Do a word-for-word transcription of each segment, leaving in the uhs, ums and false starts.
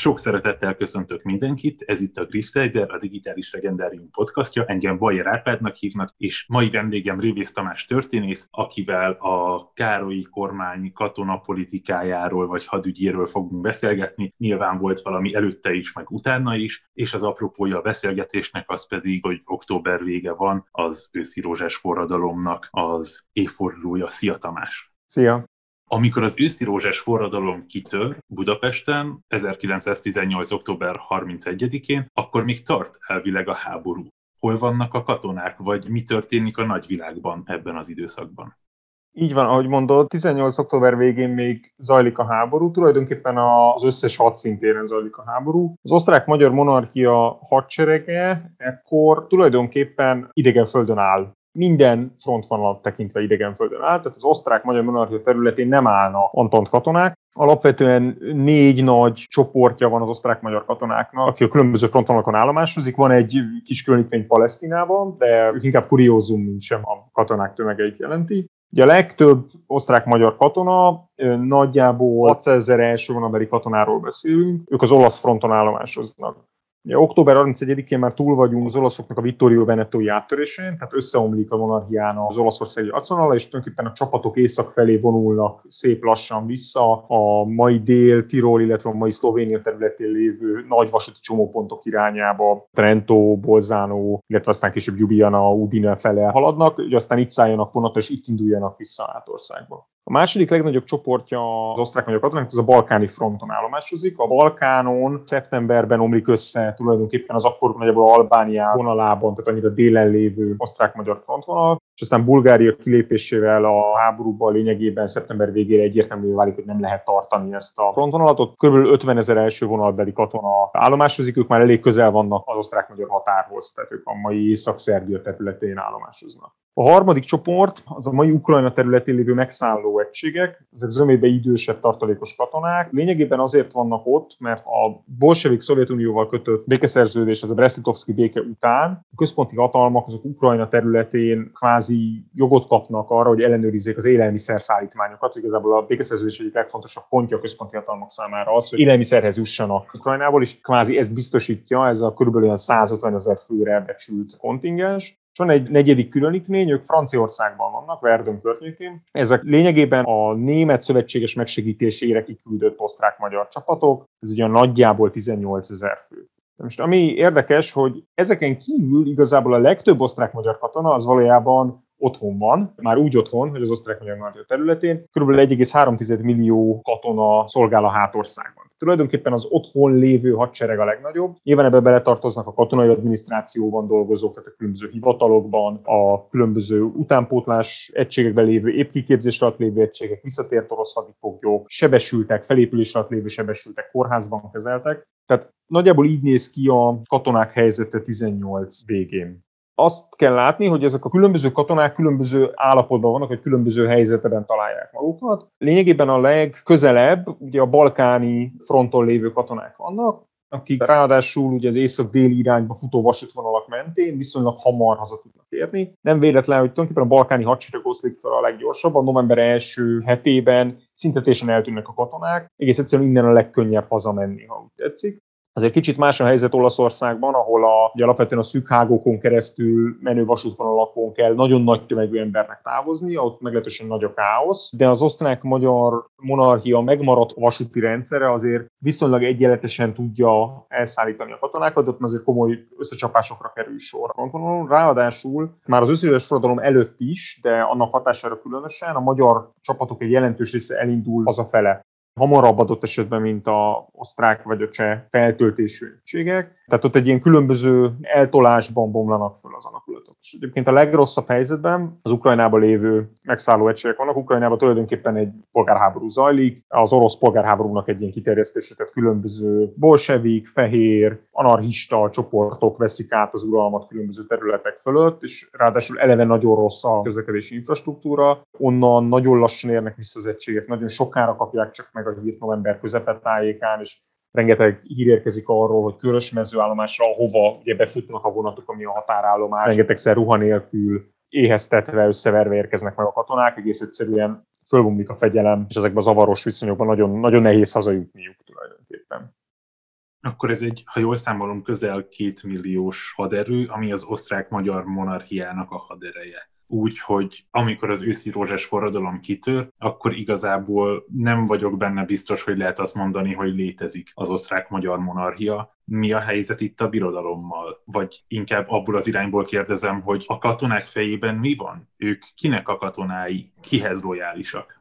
Sok szeretettel köszöntök mindenkit, ez itt a Griffsider, a Digitális Legendárium podcastja, engem Bajer Árpádnak hívnak, és mai vendégem Révész Tamás történész, akivel a Károlyi kormány katonapolitikájáról vagy hadügyéről fogunk beszélgetni. Nyilván volt valami előtte is, meg utána is, és az apropója a beszélgetésnek az pedig, hogy október vége van, az őszi rózsás forradalomnak az évfordulója. Szia Tamás! Szia! Amikor az őszi rózsás forradalom kitör Budapesten ezerkilencszáztizennyolc. október harmincegyedikén, akkor még tart elvileg a háború. Hol vannak a katonák, vagy mi történik a nagyvilágban ebben az időszakban? Így van, ahogy mondod, tizennyolc. október végén még zajlik a háború, tulajdonképpen az összes hadszintéren zajlik a háború. Az osztrák-magyar monarchia hadserege ekkor tulajdonképpen idegen földön áll. Minden frontvonalat tekintve idegen földön áll, tehát az osztrák-magyar monarchia területén nem állnak antant katonák. Alapvetően négy nagy csoportja van az osztrák-magyar katonáknak, aki a különböző frontvonalakon állomásozik. Van egy kis különítmény Palesztinában, de inkább kuriózum, mint sem a katonák tömegeit jelenti. Ugye a legtöbb osztrák-magyar katona, nagyjából hatszázezer első vonalbeli katonáról beszélünk, ők az olasz fronton állomásoznak. Ugye, október harmincegyedikén már túl vagyunk az olaszoknak a Vittorio Venetói áttörésén, tehát összeomlik a monarchiának az olaszországi hadvonala, és tulajdonképpen a csapatok észak felé vonulnak szép lassan vissza a mai Dél-Tirol, illetve a mai Szlovénia területén lévő nagy vasúti csomópontok irányába, Trento, Bolzano, illetve aztán később Ljubljana, Udine fele haladnak, hogy aztán itt szálljanak vonatra, és itt induljanak vissza Átországba. A második legnagyobb csoportja az osztrák-magyar katonáknak az a balkáni fronton állomásozik. A Balkánon szeptemberben omlik össze tulajdonképpen az akkor nagyjából Albánia vonalában, tehát annyira délen lévő osztrák-magyar frontvonal, és aztán Bulgária kilépésével a háborúban lényegében szeptember végére egyértelművé válik, hogy nem lehet tartani ezt a frontvonalat. Ott kb. ötvenezer első vonalbeli katona állomásozik, ők már elég közel vannak az osztrák-magyar határhoz, tehát ők a mai Észak-Szerbia területén állomásoznak. A harmadik csoport az a mai Ukrajna területén lévő megszálló egységek, ezek zömében idősebb tartalékos katonák. Lényegében azért vannak ott, mert a bolsevik Szovjetunióval kötött békeszerződés, az a Brest-Litovszki béke után a központi hatalmak azok Ukrajna területén kvázi jogot kapnak arra, hogy ellenőrizzék az élelmiszerszállítmányokat. Igazából a békeszerződés egyik legfontosabb pontja a központi hatalmak számára az, hogy élelmiszerhez jussanak Ukrajnából, és kvázi ezt biztosítja ez a kb. százötvenezer főre becsült kontingens. És van egy negyedik különítmény, ők Franciaországban vannak, Verdun környékén. Ezek lényegében a német szövetséges megsegítésére kiküldött osztrák-magyar csapatok, ez ugye nagyjából tizennyolcezer fő. Most ami érdekes, hogy ezeken kívül igazából a legtöbb osztrák-magyar katona az valójában otthon van, már úgy otthon, hogy az osztrák-magyar területén kb. egy egész három millió katona szolgál a hátországban. Tulajdonképpen az otthon lévő hadsereg a legnagyobb. Nyilván ebbe beletartoznak a katonai adminisztrációban dolgozók, tehát a különböző hivatalokban, a különböző utánpótlás egységekben lévő, épp kiképzés alatt lévő egységek, visszatért orosz hadifoglyok, sebesültek, felépülés alatt lévő sebesültek, kórházban kezeltek. Tehát nagyjából így néz ki a katonák helyzete tizennyolc végén. Azt kell látni, hogy ezek a különböző katonák különböző állapotban vannak, vagy különböző helyzetben találják magukat. Lényegében a legközelebb ugye a balkáni fronton lévő katonák vannak, akik ráadásul ugye az észak-déli irányba futó vasútvonalak mentén viszonylag hamar haza tudnak érni. Nem véletlen, hogy tulajdonképpen a balkáni hadsereg oszlik fel a leggyorsabban, november első hetében szinte teljesen eltűnnek a katonák, egész egyszerűen innen a legkönnyebb hazamenni, ha úgy tetszik. Azért kicsit más a helyzet Olaszországban, ahol a, ugye alapvetően a szűk hágókon keresztül menő vasútvonalakon kell nagyon nagy tömegű embernek távozni, ott meglehetősen nagy a káosz, de az osztrák-magyar monarchia megmaradt vasúti rendszere azért viszonylag egyenletesen tudja elszállítani a katonákat, de ott azért komoly összecsapásokra kerül sor a frontvonalon. Ráadásul már az őszi rózsás forradalom előtt is, de annak hatására különösen a magyar csapatok egy jelentős része elindul hazafele. Hamarabb adott esetben, mint az osztrák vagy a cseh feltöltésű egységek. Tehát ott egy ilyen különböző eltolásban bomlanak föl az alakulatok. És egyébként a legrosszabb helyzetben az Ukrajnában lévő megszálló egységek vannak. Ukrajnában tulajdonképpen egy polgárháború zajlik. Az orosz polgárháborúnak egy ilyen kiterjesztése, tehát különböző bolsevik, fehér, anarchista csoportok veszik át az uralmat különböző területek fölött, és ráadásul eleve nagyon rossz a közlekedési infrastruktúra. Onnan nagyon lassan érnek vissza az egységek, nagyon sokára kapják csak meg a hírt november közepe tájékán, és rengeteg hír érkezik arról, hogy Körösmezőállomásra, ahova ugye befutnak a vonatok, ami a határállomás, rengetegszer ruha nélkül, éheztetve, összeverve érkeznek meg a katonák, egész egyszerűen fölbomlik a fegyelem, és ezekben a zavaros viszonyokban nagyon, nagyon nehéz hazajutniuk tulajdonképpen. Akkor ez egy, ha jól számolom, közel két milliós haderő, ami az osztrák-magyar monarchiának a hadereje. Úgyhogy amikor az őszi rózsás forradalom kitör, akkor igazából nem vagyok benne biztos, hogy lehet azt mondani, hogy létezik az osztrák-magyar monarchia. Mi a helyzet itt a birodalommal? Vagy inkább abból az irányból kérdezem, hogy a katonák fejében mi van? Ők kinek a katonái? Kihez lojálisak?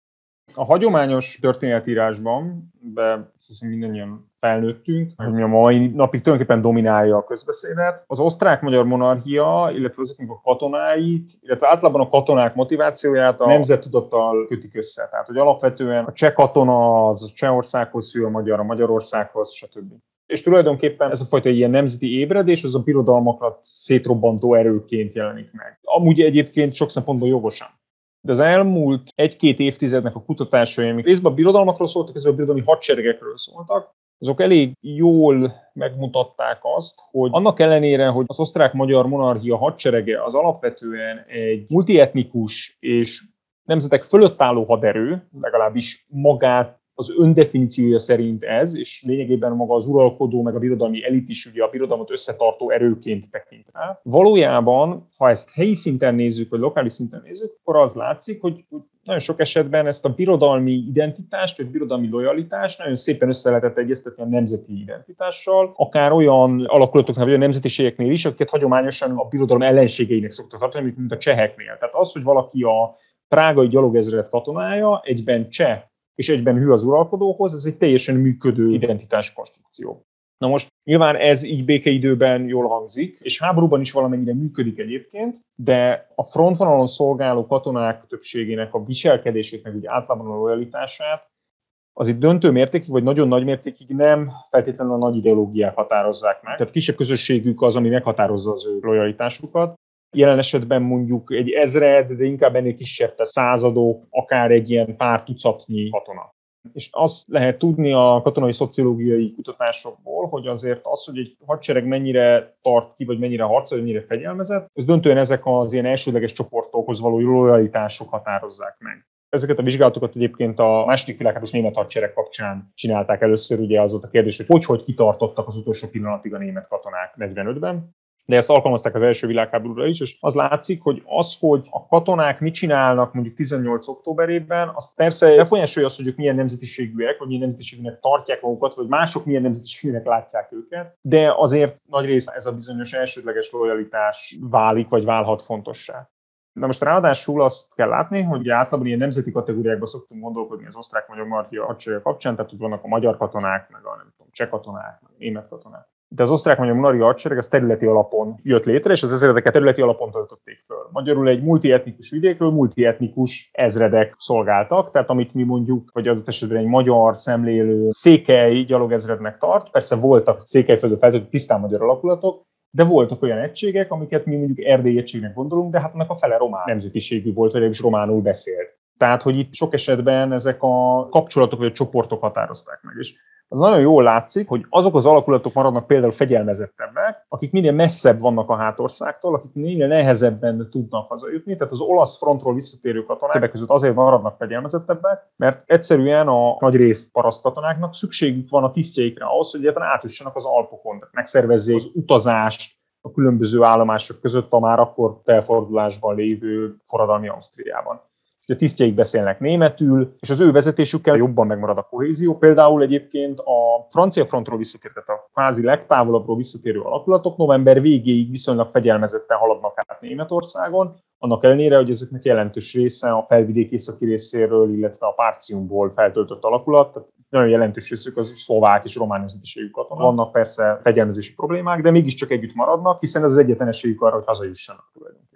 A hagyományos történetírásban, be hiszem mindannyian felnőttünk, hogy a mai napig tulajdonképpen dominálja a közbeszédet. Az osztrák-magyar monarchia, illetve azoknak a katonáit, illetve általában a katonák motivációját a nemzettudattal kötik össze. Tehát, hogy alapvetően a cseh katona az a Csehországhoz szül, a magyar a Magyarországhoz, stb. És tulajdonképpen ez a fajta ilyen nemzeti ébredés, az a birodalmakat szétrobbantó erőként jelenik meg. Amúgy egyébként sok szempontból jogosan. De az elmúlt egy-két évtizednek a kutatásai, amik részben a birodalmakról szóltak, részben a birodalmi hadseregekről szóltak, azok elég jól megmutatták azt, hogy annak ellenére, hogy az osztrák-magyar monarchia hadserege az alapvetően egy multietnikus és nemzetek fölött álló haderő, legalábbis magát az öndefiníciója szerint ez, és lényegében maga az uralkodó, meg a birodalmi elit is ugye a birodalmat összetartó erőként tekint rá. Valójában, ha ezt helyi szinten nézzük, vagy lokális szinten nézzük, akkor az látszik, hogy nagyon sok esetben ezt a birodalmi identitást, vagy birodalmi lojalitást nagyon szépen össze lehetett egyeztetni a nemzeti identitással, akár olyan alakulatoknál, vagy a nemzetiségeknél is, akiket hagyományosan a birodalom ellenségeinek szoktak tartani, mint a cseheknél. Tehát az, hogy valaki a prágai gyalogezredet katonája, egyben cseh, és egyben hű az uralkodóhoz, ez egy teljesen működő identitáskonstrukció. Na most nyilván ez így békeidőben jól hangzik, és háborúban is valamennyire működik egyébként, de a frontvonalon szolgáló katonák többségének a viselkedését, meg úgy általában a lojalitását, az itt döntő mértékig, vagy nagyon nagy mértékig nem feltétlenül a nagy ideológiák határozzák meg. Tehát kisebb közösségük az, ami meghatározza az ő lojalitásukat. Jelen esetben mondjuk egy ezred, de inkább ennél kisebb, tehát századok, akár egy ilyen pár tucatnyi katona. És azt lehet tudni a katonai szociológiai kutatásokból, hogy azért az, hogy egy hadsereg mennyire tart ki, vagy mennyire harcol, vagy mennyire fegyelmezett, ez döntően ezek az ilyen elsődleges csoportokhoz való lojalitások határozzák meg. Ezeket a vizsgálatokat egyébként a második világháborús német hadsereg kapcsán csinálták először, ugye az volt a kérdés, hogy hogy-hogy kitartottak az utolsó pillanatig a német katonák negyvenötben. De ezt alkalmazták az első világháborúra is, és az látszik, hogy az, hogy a katonák mit csinálnak mondjuk tizennyolc októberében, az persze befolyásolja azt, hogy ők milyen nemzetiségűek, vagy milyen nemzetiségűnek tartják magukat, vagy mások milyen nemzetiségűnek látják őket, de azért nagyrészt ez a bizonyos elsődleges lojalitás válik, vagy válhat fontossá. De most ráadásul azt kell látni, hogy általában ilyen nemzeti kategóriákban szoktunk gondolkodni az osztrák-magyar monarchia hadsereg kapcsán, tehát hogy vannak a magyar katonák, meg a nem tudom, cseh katonák, meg a német katonák. De az osztrák-magyar monarchia hadsereg az területi alapon jött létre, és az ezredeket területi alapon töltötték föl. Magyarul egy multietnikus vidékről multietnikus ezredek szolgáltak, tehát amit mi mondjuk, vagy adott esetben egy magyar szemlélő székely gyalogezrednek tart, persze voltak Székelyföldön feltöltött tisztán magyar alakulatok, de voltak olyan egységek, amiket mi mondjuk erdélyi egységnek gondolunk, de hát annak a fele román nemzetiségű volt, vagy is románul beszélt. Tehát, hogy itt sok esetben ezek a kapcsolatok vagy a csoportok határozták meg. És az nagyon jól látszik, hogy azok az alakulatok maradnak például fegyelmezettebbek, akik minél messzebb vannak a hátországtól, akik minél nehezebben tudnak hazajutni. Tehát az olasz frontról visszatérő katonák többek között azért maradnak fegyelmezettebbek, mert egyszerűen a nagy rész parasztkatonáknak szükségük van a tisztjeikre ahhoz, hogy egyáltalán átüssenek az Alpokon, tehát megszervezzék az utazást a különböző állomások között a már akkor felfordulásban lévő forradalmi Ausztriában. A tisztjeik beszélnek németül, és az ő vezetésükkel jobban megmarad a kohézió. Például egyébként a francia frontról visszatérő, tehát a kvázi legtávolabbról visszatérő alakulatok november végéig viszonylag fegyelmezetten haladnak át Németországon, annak ellenére, hogy ezeknek jelentős része a felvidék északi részéről, illetve a Partiumból feltöltött alakulat, tehát nagyon jelentős részük az szlovák és román nemzetiségű katona. Vannak persze fegyelmezési problémák, de mégiscsak együtt maradnak, hiszen ez az egyetlen esélyük arra, hogy hazajussanak tulajdonképpen.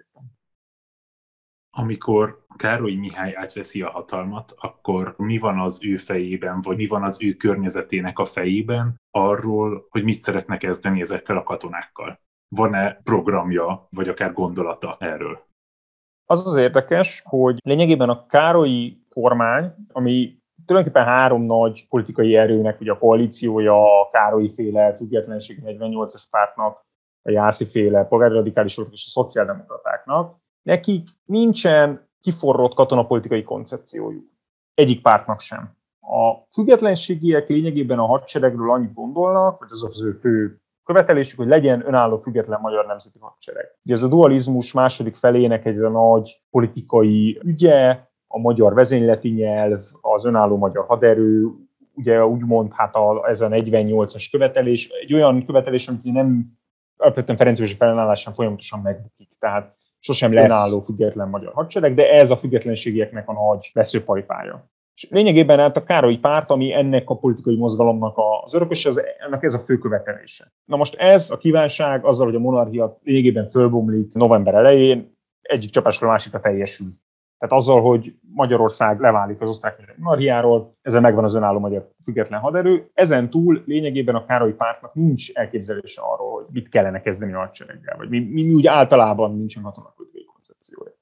Amikor Károly Mihály átveszi a hatalmat, akkor mi van az ő fejében, vagy mi van az ő környezetének a fejében arról, hogy mit szeretne kezdeni ezekkel a katonákkal? Van-e programja, vagy akár gondolata erről? Az az érdekes, hogy lényegében a károlyi kormány, ami tulajdonképpen három nagy politikai erőnek, ugye a koalíciója, a Károly-féle függetlenség negyvennyolcas pártnak, a Jászy-féle polgári radikálisoknak és a szociáldemokratáknak, nekik nincsen kiforrott katonapolitikai koncepciójuk. Egyik pártnak sem. A függetlenségiek lényegében a hadseregről annyit gondolnak, hogy az az ő fő követelésük, hogy legyen önálló független magyar nemzeti hadsereg. Ugye ez a dualizmus második felének egy nagy politikai ügye, a magyar vezényleti nyelv, az önálló magyar haderő, ugye úgymond hát a, ez a negyvennyolcas követelés, egy olyan követelés, amit nem alapvetően Ferenc József ellenállásán folyamatosan megbukik, tehát sosem lesz önálló független magyar hadsereg, de ez a függetlenségieknek a nagy veszőparipája. És lényegében hát a Károlyi párt, ami ennek a politikai mozgalomnak az örököse, az, ennek ez a fő követelése. Na most ez a kívánság azzal, hogy a monarchia lényegében fölbomlik november elején, egyik csapásról a másikra teljesül. Tehát azzal, hogy Magyarország leválik az osztrák monarchiáról, ezzel megvan az önálló magyar független haderő. Ezen túl lényegében a Károlyi pártnak nincs elképzelése arról, hogy mit kellene kezdeni a hadsereggel, vagy mi, mi, mi úgy általában nincsen katonapolitikai koncepciója.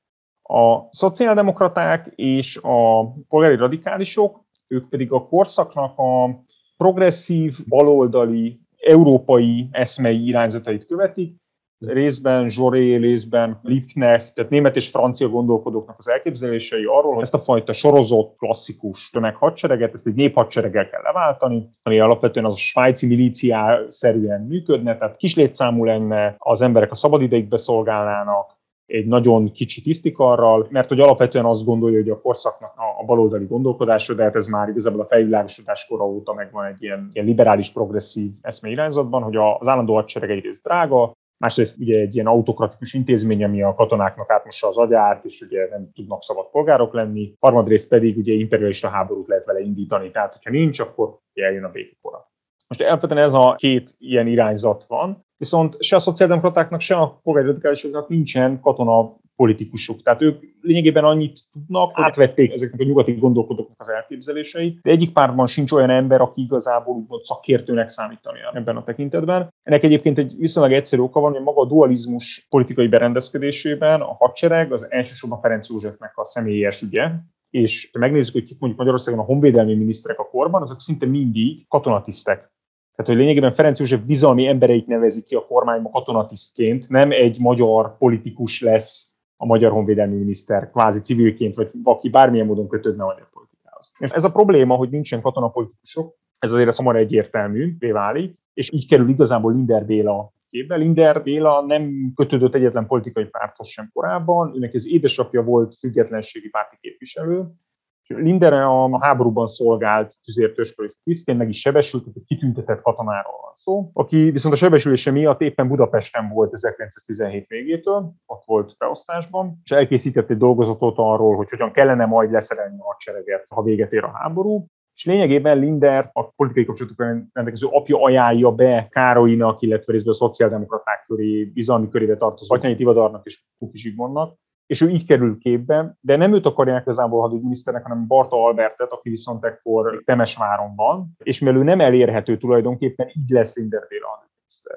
A szociáldemokraták és a polgári radikálisok, ők pedig a korszaknak a progresszív, baloldali, európai eszmei irányzatait követik. Ez részben Jaurès, részben Liebknecht, tehát német és francia gondolkodóknak az elképzelései arról, hogy ezt a fajta sorozott, klasszikus tömeghadsereget, ezt egy néphadsereggel kell leváltani, ami alapvetően az a svájci milíciá-szerűen működne, tehát kis létszámú lenne, az emberek a szabadidejükbe szolgálnának, egy nagyon kicsi tisztikarral, mert hogy alapvetően azt gondolja, hogy a korszaknak a baloldali gondolkodása, de hát ez már igazából a felvilágosodás kora óta megvan egy ilyen, ilyen liberális, progresszív eszmeirányzatban, hogy az állandó hadsereg egyrészt drága, másrészt ugye egy ilyen autokratikus intézmény, ami a katonáknak átmossa az agyát, és ugye nem tudnak szabad polgárok lenni, harmadrészt pedig ugye imperialista háborút lehet vele indítani, tehát hogyha nincs, akkor eljön a békekora. Most alapvetően ez a két ilyen irányzat van, viszont se a szociáldemokratáknak, se a polgári radikálisoknak nincsen katona politikusuk. Tehát ők lényegében annyit tudnak, hogy átvették ezeknek a nyugati gondolkodóknak az elképzeléseit, de egyik pártban sincs olyan ember, aki igazából úgymond szakértőnek számítani ebben a tekintetben. Ennek egyébként egy viszonylag egyszerű oka van, hogy maga a dualizmus politikai berendezkedésében a hadsereg az elsősorban Ferenc Józsefnek a személyes ügye, és ha megnézzük, hogy kik mondjuk Magyarországon a honvédelmi miniszterek a korban, azok szinte mindig katonatisztek. Tehát, hogy lényegében Ferenc József bizalmi embereit nevezik ki a kormányba katonatisztként, nem egy magyar politikus lesz a magyar honvédelmi miniszter, kvázi civilként, vagy aki bármilyen módon kötődne a magyar politikához. És ez a probléma, hogy nincsen katonapolitikusok, ez azért hamar egyértelművé válik, és így kerül igazából Linder Béla képbe. Linder Béla nem kötődött egyetlen politikai párthoz sem korábban, őnek az édesapja volt függetlenségi párti képviselő. Linder a háborúban szolgált tüzértöskori tisztként, meg is sebesült, egy kitüntetett katonáról van szó, aki viszont a sebesülése miatt éppen Budapesten volt ezerkilencszáztizenhét végétől, ott volt beosztásban, és elkészített egy dolgozatot arról, hogy hogyan kellene majd leszerelni a hadsereget, ha véget ér a háború. És lényegében Linder a politikai kapcsolatokon rendelkező apja ajánlja be Károlynak, illetve részben a szociáldemokraták köré, bizalmi körébe tartozó Batthyány Tivadarnak és Kuki Zsigmondnak, és ő így kerül képbe, de nem őt akarják igazából hadügyminiszternek, hanem Barta Albertet, aki viszont ekkor Temesváron van, és mivel ő nem elérhető tulajdonképpen, így lesz Linder Béla hadügyminiszter.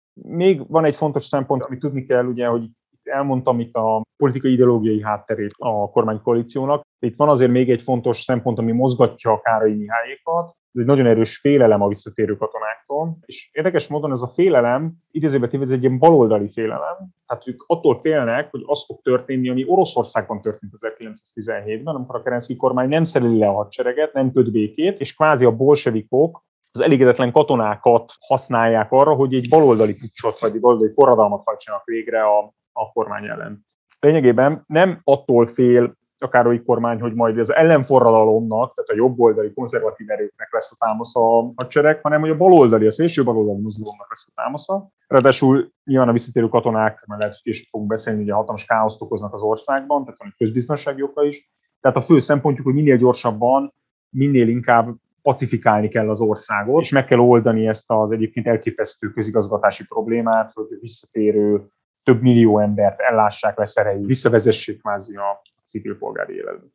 Még van egy fontos szempont, amit tudni kell, ugye, hogy elmondtam itt a politikai ideológiai hátterét a kormánykoalíciónak, de itt van azért még egy fontos szempont, ami mozgatja a Károlyi Mihályékat. Ez egy nagyon erős félelem a visszatérő katonáktól, és érdekes módon ez a félelem, idézőben téve ez egy ilyen baloldali félelem, tehát ők attól félnek, hogy az fog történni, ami Oroszországban történt ezerkilencszáztizenhétben, amikor a Kerenszky kormány nem szereli le a hadsereget, nem köt békét, és kvázi a bolsevikok az elégedetlen katonákat használják arra, hogy egy baloldali puccsot, vagy egy baloldali forradalmat hajtsanak végre a, a kormány ellen. Lényegében nem attól fél a Károlyi kormány, hogy majd az ellenforradalomnak, tehát a jobboldali konzervatív erőknek lesz a támasza a hadsereg, hanem hogy a baloldali, a szélső baloldali mozgalomnak lesz a támasza. Ráadásul nyilván a visszatérő katonák, mert lehet, hogy később fogunk beszélni, hogy a hatalmas káoszt okoznak az országban, tehát van egy közbiztonsági oka is. Tehát a fő szempontjuk, hogy minél gyorsabban, minél inkább pacifikálni kell az országot, és meg kell oldani ezt az egyébként elképesztő közigazgatási problémát, hogy a visszatérő több millió embert ellássák, leszereljék, visszavezessék kvázi a civil polgári életben.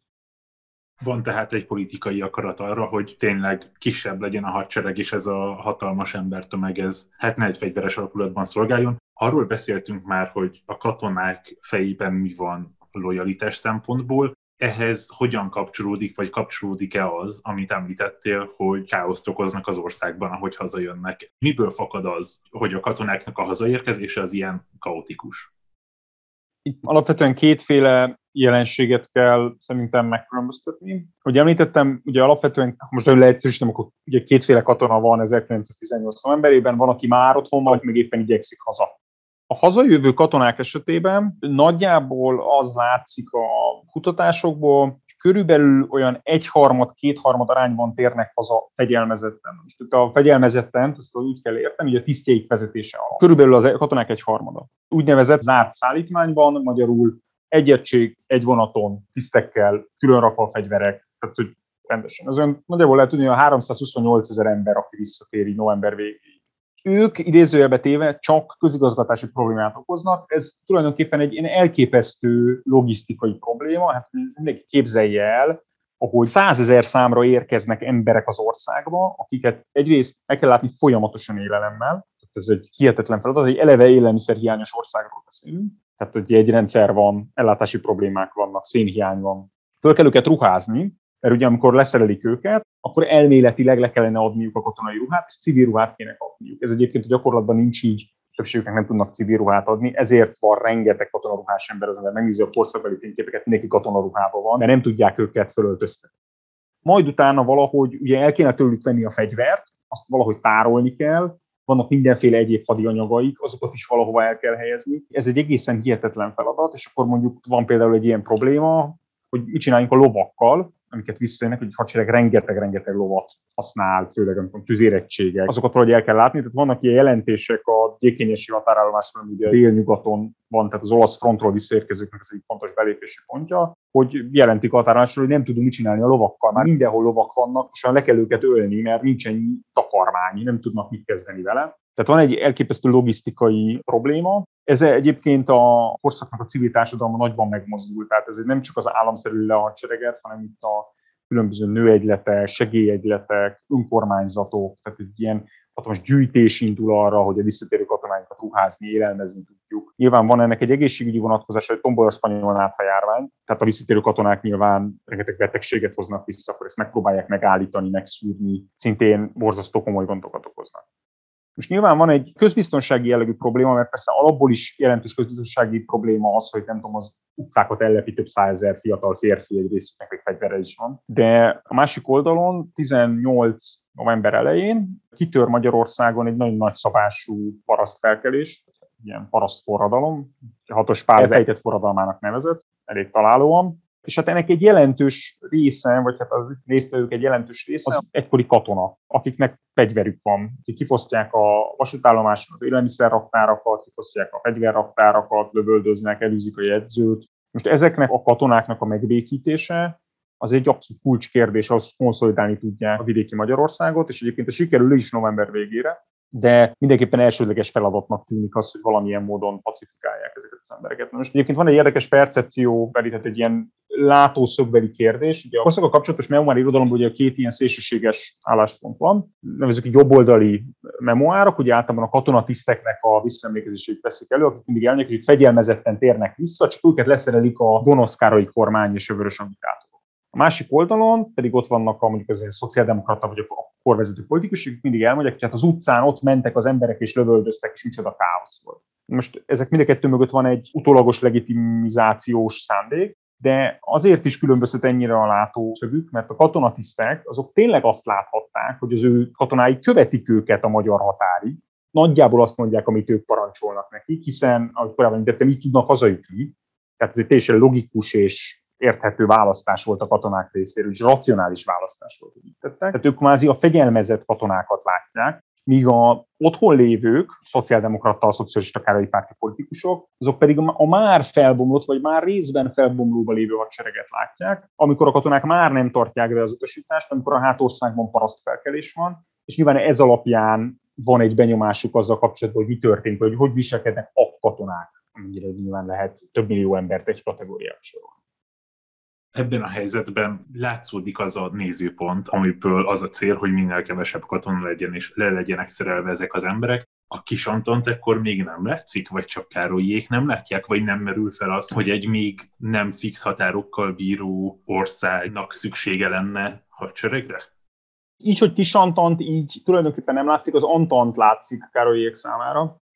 Van tehát egy politikai akarat arra, hogy tényleg kisebb legyen a hadsereg, és ez a hatalmas embertömeg, ez hát ne egy fegyveres alakulatban szolgáljon. Arról beszéltünk már, hogy a katonák fejében mi van lojalitás szempontból. Ehhez hogyan kapcsolódik, vagy kapcsolódik-e az, amit említettél, hogy káoszt okoznak az országban, ahogy hazajönnek? Miből fakad az, hogy a katonáknak a hazaérkezése az ilyen kaotikus? Itt alapvetően kétféle jelenséget kell szerintem megkülönböztetni. Hogy említettem, ugye alapvetően, most nagyon leegyszerűsítem, akkor ugye kétféle katona van ezerkilencszáztizennyolc novemberében, van, aki már otthon van, meg éppen igyekszik haza. A hazajövő katonák esetében nagyjából az látszik a kutatásokból, körülbelül olyan egyharmad, kétharmad arányban térnek haza fegyelmezetten. Most itt a fegyelmezetten, ezt úgy kell érteni, hogy a tisztjeik vezetése alatt. Körülbelül az katonák egyharmada. Úgynevezett zárt szállítmányban, magyarul egy egység, egy vonaton, tisztekkel, külön rakva a fegyverek, tehát hogy rendesen. Ez olyan nagyjából lehet tudni, hogy a háromszázhuszonnyolc ezer ember, aki visszatéri november végéig. Ők idézőjelbe téve csak közigazgatási problémát okoznak. Ez tulajdonképpen egy ilyen elképesztő logisztikai probléma. Hát mindenki képzelje el, ahogy százezer számra érkeznek emberek az országba, akiket egyrészt meg kell látni folyamatosan élelemmel. Ez egy hihetetlen feladat, egy eleve élelmiszerhiányos országról beszélünk. Tehát, hogy egy rendszer van, ellátási problémák vannak, szénhiány van. Föl kell őket ruházni, mert ugye amikor leszerelik őket, akkor elméletileg le kellene adniuk a katonai ruhát, és civil ruhát kéne kapniuk. Ez egyébként a gyakorlatban nincs így, többségüknek nem tudnak civil ruhát adni, ezért van rengeteg katonaruhás ember, az ember megnézi a korszakbeli fényképeket, mindenki katonaruhában van, de nem tudják őket fölöltöztetni. Majd utána valahogy ugye el kéne tőlük venni a fegyvert, azt valahogy tárolni kell, vannak mindenféle egyéb hadianyagaik, azokat is valahova el kell helyezni. Ez egy egészen hihetetlen feladat, és akkor mondjuk van például egy ilyen probléma, hogy mit csináljunk a lovakkal, amiket visszajönnek, hogy a hadsereg rengeteg-rengeteg lovat használ, főleg amikor tüzéregységek. Azokat valahogy el kell látni, tehát vannak ilyen jelentések a gyékényesi határállomáson, ami ugye délnyugaton van, tehát az olasz frontról visszaérkezőknek ez egy fontos belépési pontja, hogy jelentik a határállomáson, hogy nem tudunk mit csinálni a lovakkal. Már mindenhol lovak vannak, most már le kell őket ölni, mert nincsen takarmány, nem tudnak mit kezdeni vele. Tehát van egy elképesztő logisztikai probléma. Ez egyébként a korszaknak a civil társadalma nagyban megmozdult, tehát ez nem csak az államszerű le a hadsereget, hanem itt a különböző nőegyletek, segélyegyletek, önkormányzatok, tehát egy ilyen hatalmas gyűjtés indul arra, hogy a visszatérő katonáinkat ruházni, élelmezni tudjuk. Nyilván van ennek egy egészségügyi vonatkozása, hogy tombol a spanyol náthajárvány, tehát a visszatérő katonák nyilván rengeteg betegséget hoznak vissza, akkor ezt megpróbálják megállítani, megszűrni, szintén borzasztó komoly gondokat okoznak. Most nyilván van egy közbiztonsági jellegű probléma, mert persze alapból is jelentős közbiztonsági probléma az, hogy nem tudom, az utcákat ellepi több százezer fiatal férfi, egy részüknek egy fegyvere is van. De a másik oldalon tizennyolc november elején kitör Magyarországon egy nagyon nagy szabású parasztfelkelés, ilyen parasztforradalom, hatos pár ejtett forradalmának nevezett, elég találóan. És hát ennek egy jelentős része, vagy hát az résztvevők egy jelentős része az egykori katona, akiknek fegyverük van, akik kifosztják a vasútállomáson az élelmiszerraktárakat, kifosztják a fegyverraktárakat, lövöldöznek, elűzik a jegyzőt. Most ezeknek a katonáknak a megbékítése az egy abszolút kulcskérdés, az konszolidálni tudják a vidéki Magyarországot, és egyébként a sikerül is november végére, de mindenképpen elsődleges feladatnak tűnik az, hogy valamilyen módon pacifikálják ezeket az embereket. Most egyébként van egy érdekes percepció, pedig egy ilyen látószögbeli kérdés. Ugye a korszakkal kapcsolatos memoári irodalomban ugye két ilyen szélsőséges álláspont van. Nevezzük egy jobboldali memoárok, ugye általában a katonatiszteknek a visszaemlékezését veszik elő, akik mindig elmondják, hogy fegyelmezetten térnek vissza, csak őket leszerelik a gonosz Károlyi kormány és a vörös agitálók. A másik oldalon pedig ott vannak a, mondjuk az ilyen szociáldemokrata vagy a korvezető politikusok, akik mindig elmondják, hogy hát az utcán ott mentek az emberek és lövöldöztek, és micsoda káosz volt. Most ezek mind a kettő mögött van egy utólagos legitimizációs szándék, de azért is különböztet ennyire a látószögük, mert a katonatisztek azok tényleg azt láthatták, hogy az ő katonái követik őket a magyar határig. Nagyjából azt mondják, amit ők parancsolnak nekik, hiszen, ahogy korábban említettem, így tudnak hazajutni. Tehát ez egy teljesen logikus és érthető választás volt a katonák részéről, és racionális választás volt, hogy így tettek. Tehát ők kvázi a fegyelmezett katonákat látják, míg a otthon lévők, szociáldemokrata, a szocialista Károlyi párti politikusok, azok pedig a már felbomlott, vagy már részben felbomlóba lévő hadsereget látják, amikor a katonák már nem tartják be az utasítást, amikor a hátországban parasztfelkelés van, és nyilván ez alapján van egy benyomásuk azzal kapcsolatban, hogy mi történt, vagy hogy viselkednek a katonák, amennyire nyilván lehet több millió embert egy kategóriába sorolni. Ebben a helyzetben látszódik az a nézőpont, amiből az a cél, hogy minél kevesebb katona legyen, és le legyenek szerelve ezek az emberek. A kis Antont ekkor még nem látszik, vagy csak Károlyék nem látják, vagy nem merül fel az, hogy egy még nem fix határokkal bíró országnak szüksége lenne hadseregre? Így, hogy kis Antant így tulajdonképpen nem látszik, az Antant látszik Károlyék számára.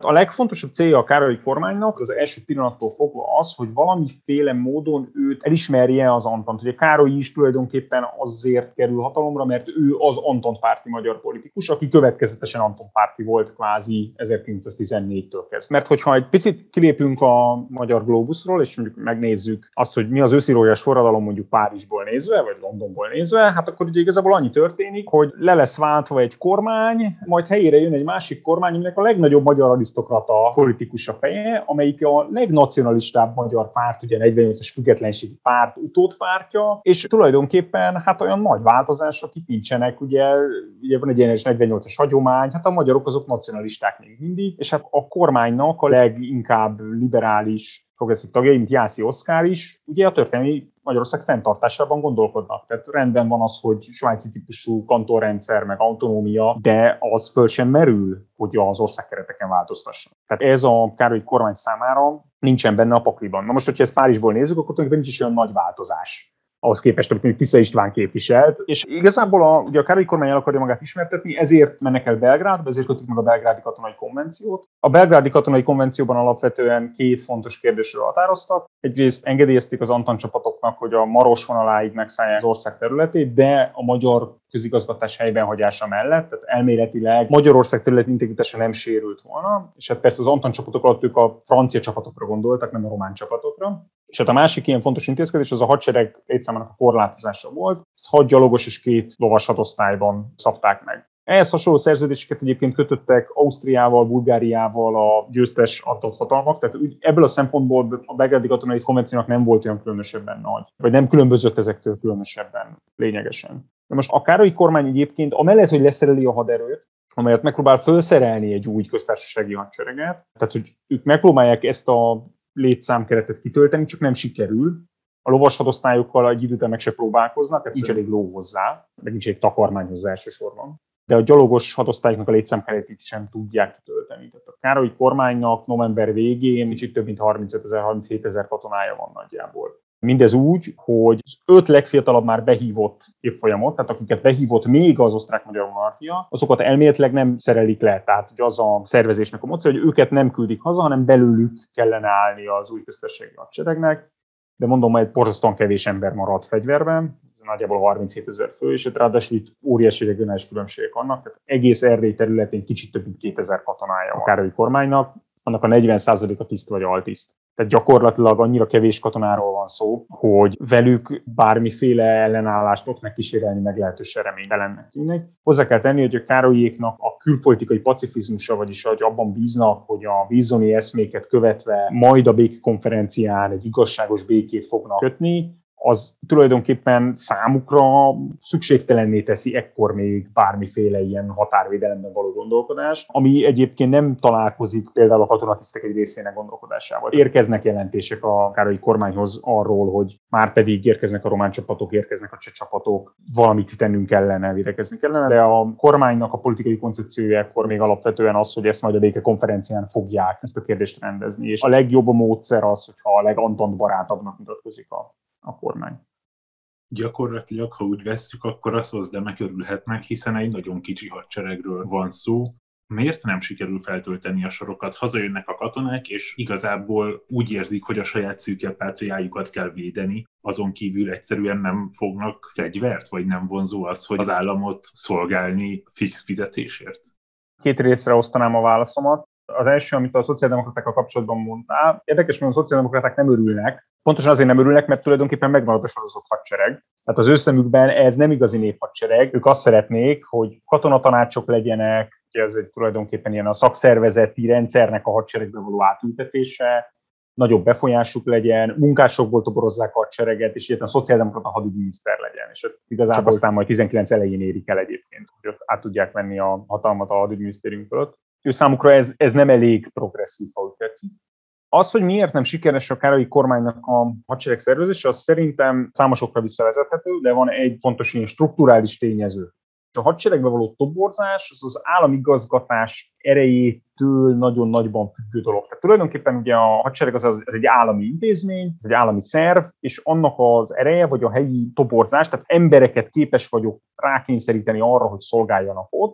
A legfontosabb célja a Károlyi kormánynak az első pillanattól fogva az, hogy valamiféle módon őt elismerje az Antant. Ugye Károly is tulajdonképpen azért kerül hatalomra, mert ő az Antant párti magyar politikus, aki következetesen Antant párti volt kvázi ezerkilencszáztizennégytől kezdve. Mert hogyha egy picit kilépünk a magyar glóbuszról, és mondjuk megnézzük azt, hogy mi az őszirózsás forradalom mondjuk Párizsból nézve, vagy Londonból nézve, hát akkor ugye igazából annyi történik, hogy le lesz váltva egy kormány, majd helyére jön egy másik kormány, aminek a legnagyobb magyar arisztokrata politikus a feje, amelyik a legnacionalistább magyar párt, ugye negyvennyolcas függetlenségi párt utódpártja, és tulajdonképpen hát olyan nagy változások kipintsenek, ugye, ugye van egy ilyen negyvennyolcas hagyomány, hát a magyarok azok nacionalisták még mindig, és hát a kormánynak a leginkább liberális progresszív tagjai, mint Jászi Oszkár is, ugye a történelmi Magyarország fenntartásában gondolkodnak. Tehát rendben van az, hogy svájci típusú kantonrendszer, meg autonómia, de az föl sem merül, hogy az országkereteken változtasson. Tehát ez a Károlyi kormány számára nincsen benne a pakliban. Na most, hogyha ezt Párizsból nézzük, akkor tulajdonképpen nincs is olyan nagy változás ahhoz képest, amit mondjuk Tisza István képviselt. És igazából a, ugye a Károlyi kormány el akarja magát ismertetni, ezért mennek el Belgrádba, ezért kötik meg a belgrádi katonai konvenciót. A belgrádi katonai konvencióban alapvetően két fontos kérdésről határoztak. Egyrészt engedélyezték az Antant csapatoknak, hogy a Maros vonaláig megszállják az ország területét, de a magyar közigazgatás helyben hagyása mellett, tehát elméletileg Magyarország terület integritása nem sérült volna, és hát persze az Antant csapatok alatt ők a francia csapatokra gondoltak, nem a román csapatokra. És hát a másik ilyen fontos intézkedés az a hadsereg létszámának a korlátozása volt. Ezt hat gyalogos és két lovas hadosztályban szabták meg. Ehhez hasonló szerződéseket egyébként kötöttek Ausztriával, Bulgáriával a győztes adott hatalmak, tehát ebből a szempontból a belgrádi katonai konvenciónak nem volt olyan különösebben nagy, vagy nem különbözött ezektől különösebben lényegesen. De most a Károlyi kormány egyébként amellett, hogy leszereli a haderőt, amelyet megpróbál felszerelni egy új köztársasági hadsereget, tehát hogy ők megpróbálják ezt a létszámkeretet kitölteni, csak nem sikerül. A lovas hadosztályokkal egy idő után meg se próbálkoznak, tehát nincs elég ló hozzá, meg nincs elég takarmány hozzá elsősorban. De a gyalogos hadosztályoknak a létszámkeretét sem tudják kitölteni. Tehát a Károlyi kormánynak november végén kicsit több mint harmincötezer, harminchétezer katonája van nagyjából. Mindez úgy, hogy az öt legfiatalabb már behívott évfolyamot, tehát akiket behívott még az osztrák-magyar monarchia, azokat elméletileg nem szerelik le. Tehát hogy az a szervezésnek a módszer, hogy őket nem küldik haza, hanem belőlük kellene állni az új köztársasági hadseregnek. De mondom, majd borzasztóan kevés ember maradt fegyverben, nagyjából harminchét-ezer fő, és ráadásul itt óriási regionális különbségek vannak, tehát egész Erdély területén kicsit több mint kétezer katonája a Károlyi kormánynak, annak a negyven százaléka tiszt vagy altiszt. Tehát gyakorlatilag annyira kevés katonáról van szó, hogy velük bármiféle ellenállást ott megkísérelni meglehetősen reménytelennek tűnik. Hozzá kell tenni, hogy a Károlyéknak a külpolitikai pacifizmusa, vagyis hogy abban bíznak, hogy a vízoni eszméket követve majd a békekonferencián egy igazságos békét fognak kötni, az tulajdonképpen számukra szükségtelenné teszi ekkor még bármiféle ilyen határvédelemben való gondolkodás, ami egyébként nem találkozik például a katonatisztek egy részének gondolkodásával. Érkeznek jelentések a Károlyi kormányhoz arról, hogy már pedig érkeznek a román csapatok, érkeznek a cseh csapatok, valamit tennünk kellene, védekezni kellene, de a kormánynak a politikai koncepciója ekkor még alapvetően az, hogy ezt majd a békekonferencián fogják ezt a kérdést rendezni, és a legjobb módszer az, hogyha a legantant barátabbnak mutatkozik a a kormány. Gyakorlatilag, ha úgy vesszük, akkor az hozzámek örülhetnek, hiszen egy nagyon kicsi hadseregről van szó. Miért nem sikerül feltölteni a sorokat? Hazajönnek a katonák, és igazából úgy érzik, hogy a saját szűke pátriájukat kell védeni, azon kívül egyszerűen nem fognak fegyvert, vagy nem vonzó az, hogy az államot szolgálni fix fizetésért? Két részre osztanám a válaszomat. Az első, amit a szociáldemokratákkal kapcsolatban mondtál, érdekes, mert a szociáldemokraták nem örülnek. Pontosan azért nem örülnek, mert tulajdonképpen megmarad a sorozott hadsereg. Tehát az ő szemükben ez nem igazi néphadsereg. Ők azt szeretnék, hogy katonatanácsok legyenek, ugye ez egy tulajdonképpen ilyen a szakszervezeti rendszernek a hadseregbe való átültetése, nagyobb befolyásuk legyen, munkásokból toborozzák a hadsereget, és ilyen a szociáldemokrata hadügyminiszter legyen. És ezt igazából aztán majd tizenkilenc elején érik el egyébként, hogy ott át tudják venni a hatalmat a hadügyminisztérium fölött. Ő számukra ez, ez nem elég progresszív, ha úgy tetszik. Az, hogy miért nem sikeres a Károlyi kormánynak a hadsereg szervezése, az szerintem számosokra visszavezethető, de van egy fontos ilyen strukturális tényező. A hadseregbe való toborzás az az államigazgatás erejétől nagyon nagyban függő dolog. Tehát tulajdonképpen ugye a hadsereg az, az egy állami intézmény, az egy állami szerv, és annak az ereje, vagy a helyi toborzás, tehát embereket képes vagyok rákényszeríteni arra, hogy szolgáljanak ott,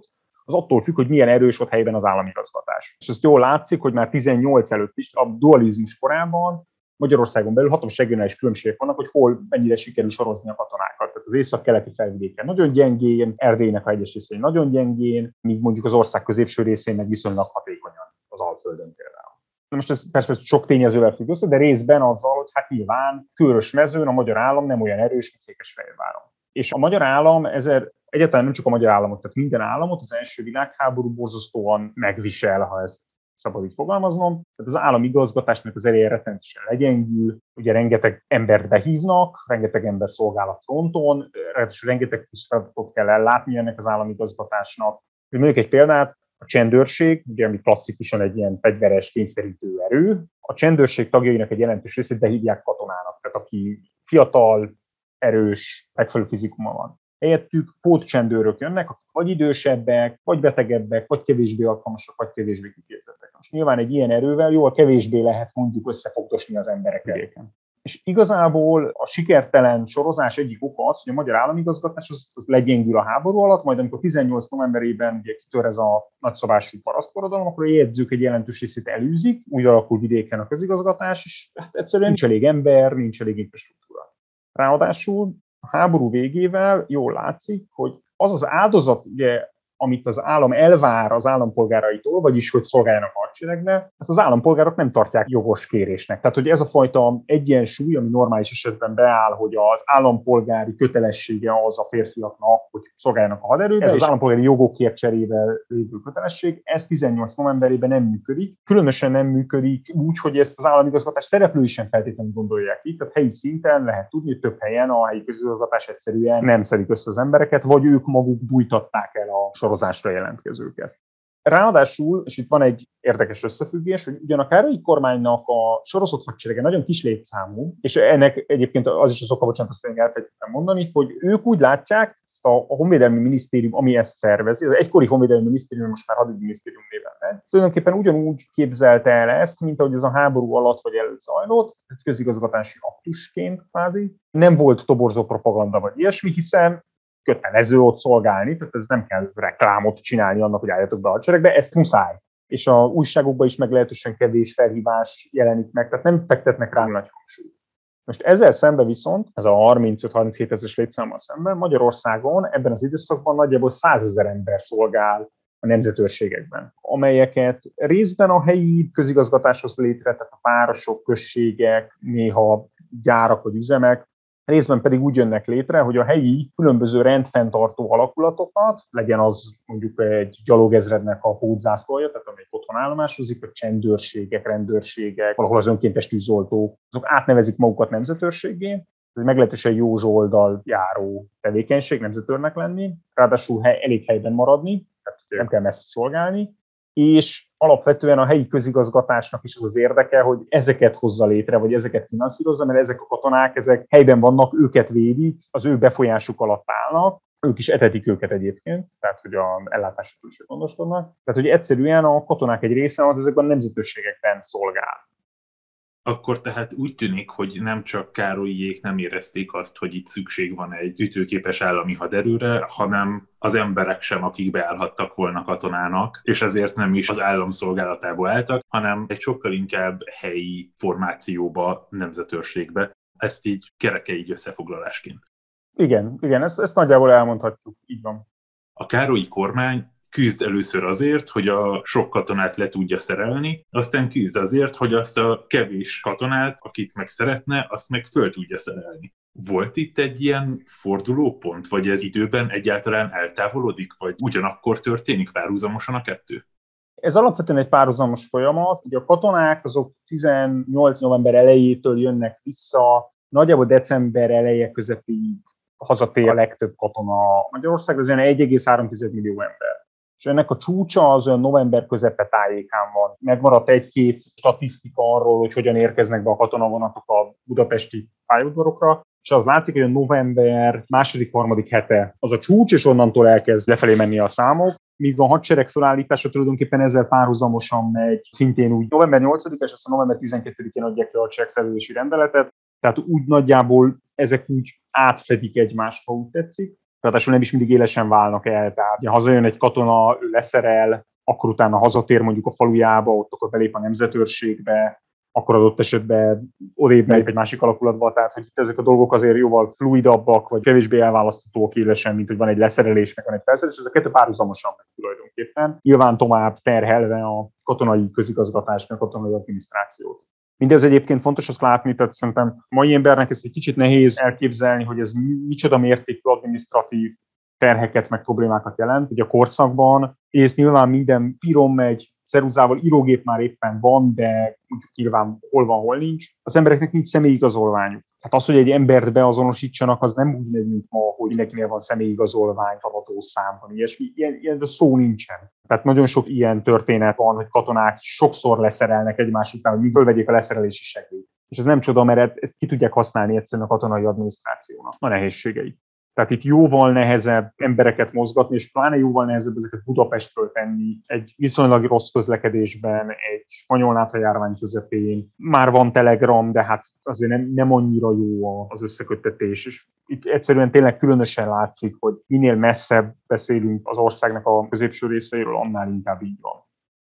az attól függ, hogy milyen erős ott helyben az államigazgatás. És ezt jól látszik, hogy már tizennyolc előtt is, a dualizmus korában Magyarországon belül hatalmas regionális különbségek vannak, hogy hol mennyire sikerül sorozni a katonákat. Tehát az észak-keleti felvidéken nagyon gyengén, Erdélynek a egyes részén nagyon gyengén, míg mondjuk az ország középső részén meg viszonylag hatékonyan, az Alföldön például. Most ez persze sok tényezővel függ össze, de részben azzal, hogy hát nyilván Körös-mezőn a magyar állam nem olyan erős, mint Székesfehérváron. És a magyar állam ezért egyáltalán nem csak a magyar államot, tehát minden államot az első világháború borzasztóan megvisel, ha ezt szabad így fogalmaznom. Tehát az államigazgatásnak az ereje rettenetesen legyengül, ugye rengeteg embert behívnak, rengeteg ember szolgál a fronton, rengeteg kis feladatot kell ellátni ennek az államigazgatásnak. Mondjuk egy példát, a csendőrség, ugye, ami klasszikusan egy ilyen fegyveres kényszerítő erő, a csendőrség tagjainak egy jelentős részét behívják katonának, tehát aki fiatal, erős, megfelelő fizikuma van. Helyettük pótcsendőrök jönnek, akik vagy idősebbek, vagy betegebbek, vagy kevésbé alkalmasak, vagy kevésbé kiképzettek. Most nyilván egy ilyen erővel jól kevésbé lehet mondjuk összefogdosni az embereket. És igazából a sikertelen sorozás egyik oka az, hogy a magyar államigazgatás az, az legyengül a háború alatt, majd amikor tizennyolc novemberében ugye kitör ez a nagyszabású parasztforradalom, akkor a jegyzők egy jelentős részét elűzik, úgy alakul vidéken a közigazgatás, és hát egyszerűen nincs elég ember, nincs elég infrastruktúra. Ráadásul a háború végével jól látszik, hogy az az áldozat, ugye, amit az állam elvár az állampolgáraitól, vagyis hogy szolgáljanak a hadseregbe, ezt az állampolgárok nem tartják jogos kérésnek. Tehát, hogy ez a fajta egyensúly, ami normális esetben beáll, hogy az állampolgári kötelessége az a férfiaknak, hogy szolgáljanak a haderőbe, ez az állampolgári jogokért cserébe lévő kötelesség, ez tizennyolc novemberében nem működik. Különösen nem működik úgy, hogy ezt az államigazgatás szereplői sem feltétlenül gondolják itt, tehát helyi szinten lehet tudni, hogy több helyen a helyi közigazgatás egyszerűen nem szedik össze az embereket, vagy ők maguk bújtatták el a sorozásra jelentkezőket. Ráadásul, és itt van egy érdekes összefüggés, hogy ugyan a Károlyi kormánynak a sorozott hadserege nagyon kis létszámú, és ennek egyébként az is az oka, bocsánat, azt én elfelejtettem mondani, hogy ők úgy látják, ezt a Honvédelmi Minisztérium, ami ezt szervezi, az egykori Honvédelmi Minisztérium, most már Hadügyminisztérium néven megy, tulajdonképpen ugyanúgy képzelte el ezt, mint ahogy ez a háború alatt vagy előtt zajlott, közigazgatási aktusként kvázi. Nem volt toborzó propaganda vagy ilyesmi, hiszen kötelező ott szolgálni, tehát ez nem kell reklámot csinálni annak, hogy álljatok be a hadseregbe, ezt muszáj. És a újságokban is meglehetősen kevés felhívás jelenik meg, tehát nem fektetnek rá nagy hangsúlyt. Most ezzel szemben viszont, ez a harmincöt-harminchét ezeres létszámmal szemben, Magyarországon ebben az időszakban nagyjából százezer ember szolgál a nemzetőrségekben, amelyeket részben a helyi közigazgatáshoz létre, tehát a városok, községek, néha gyárak vagy üzemek, részben pedig úgy jönnek létre, hogy a helyi különböző rendfenntartó alakulatokat, legyen az mondjuk egy gyalogezrednek a pótzászlója, tehát amely otthon állomásozik, vagy csendőrségek, rendőrségek, valahol az önkéntes tűzoltók, azok átnevezik magukat nemzetőrségé. Ez egy meglehetősen jó zsoldal járó tevékenység nemzetőrnek lenni, ráadásul hely, elég helyben maradni, tehát nem kell messze szolgálni, és alapvetően a helyi közigazgatásnak is az az érdeke, hogy ezeket hozza létre, vagy ezeket finanszírozza, mert ezek a katonák, ezek helyben vannak, őket védik, az ő befolyásuk alatt állnak, ők is etetik őket egyébként, tehát hogy a ellátásokról is gondoskodnak. Tehát, hogy egyszerűen a katonák egy része az ezekben a nemzetőrségekben szolgál. Akkor tehát úgy tűnik, hogy nem csak Károlyiék nem érezték azt, hogy itt szükség van egy ütőképes állami haderőre, hanem az emberek sem, akik beállhattak volna katonának, és ezért nem is az állam szolgálatába álltak, hanem egy sokkal inkább helyi formációba, nemzetőrségbe. Ezt így kereke így összefoglalásként. Igen, igen, ezt, ezt nagyjából elmondhatjuk, így van. A Károlyi kormány küzd először azért, hogy a sok katonát le tudja szerelni, aztán küzd azért, hogy azt a kevés katonát, akit meg szeretne, azt meg föl tudja szerelni. Volt itt egy ilyen fordulópont, vagy ez időben egyáltalán eltávolodik, vagy ugyanakkor történik párhuzamosan a kettő? Ez alapvetően egy párhuzamos folyamat. Ugye a katonák azok tizennyolc november elejétől jönnek vissza, nagyjából december eleje közepéig hazatér a legtöbb katona Magyarországra, ez olyan egy egész három millió ember. És ennek a csúcsa az olyan november közepe tájékán van. Megmaradt egy-két statisztika arról, hogy hogyan érkeznek be a katonavonatok a budapesti pályaudvarokra, és az látszik, hogy a november második, harmadik hete az a csúcs, és onnantól elkezd lefelé menni a számok, míg a hadsereg felállítása tulajdonképpen ezzel párhuzamosan megy, szintén úgy november nyolcadikán és aztán november tizenkettedikén adják ki a hadseregszervezési rendeletet, tehát úgy nagyjából ezek úgy átfedik egymást, ha úgy tetszik. ráadásul nem is mindig élesen válnak el, tehát ha hazajön egy katona, ő leszerel, akkor utána hazatér mondjuk a falujába, ott akkor belép a nemzetőrségbe, akkor adott esetben odébb megy egy másik alakulatba, tehát hogy ezek a dolgok azért jóval fluidabbak, vagy kevésbé elválaszthatóak élesen, mint hogy van egy leszerelés, meg van egy felszerelés, ez a kettő párhuzamosan meg tulajdonképpen. Nyilván tovább terhelve a katonai közigazgatást, a katonai adminisztrációt. Mindez egyébként fontos azt látni, tehát szerintem a mai embernek ezt egy kicsit nehéz elképzelni, hogy ez micsoda mértékű adminisztratív terheket, meg problémákat jelent. Ugye a korszakban és nyilván minden piron megy, ceruzával, írógép már éppen van, de mondjuk nyilván hol van, hol nincs. Az embereknek nincs személyigazolványuk. Hát az, hogy egy embert beazonosítsanak, az nem úgy megy, mint ma, hogy mindenkinél van személyigazolvány, szám, van ilyesmi. Ilyen, ilyen szó nincsen. Tehát nagyon sok ilyen történet van, hogy katonák sokszor leszerelnek egymás után, hogy fölvegyék a leszerelési segélyt. És ez nem csoda, mert ezt ki tudják használni egyszerűen a katonai adminisztrációnak. A nehézségei. Tehát itt jóval nehezebb embereket mozgatni, és pláne jóval nehezebb ezeket Budapestről tenni egy viszonylag rossz közlekedésben, egy spanyol náthajárvány közepén. Már van Telegram, de hát azért nem, nem annyira jó az összeköttetés. És itt egyszerűen tényleg különösen látszik, hogy minél messzebb beszélünk az országnak a középső részeiről, annál inkább így van.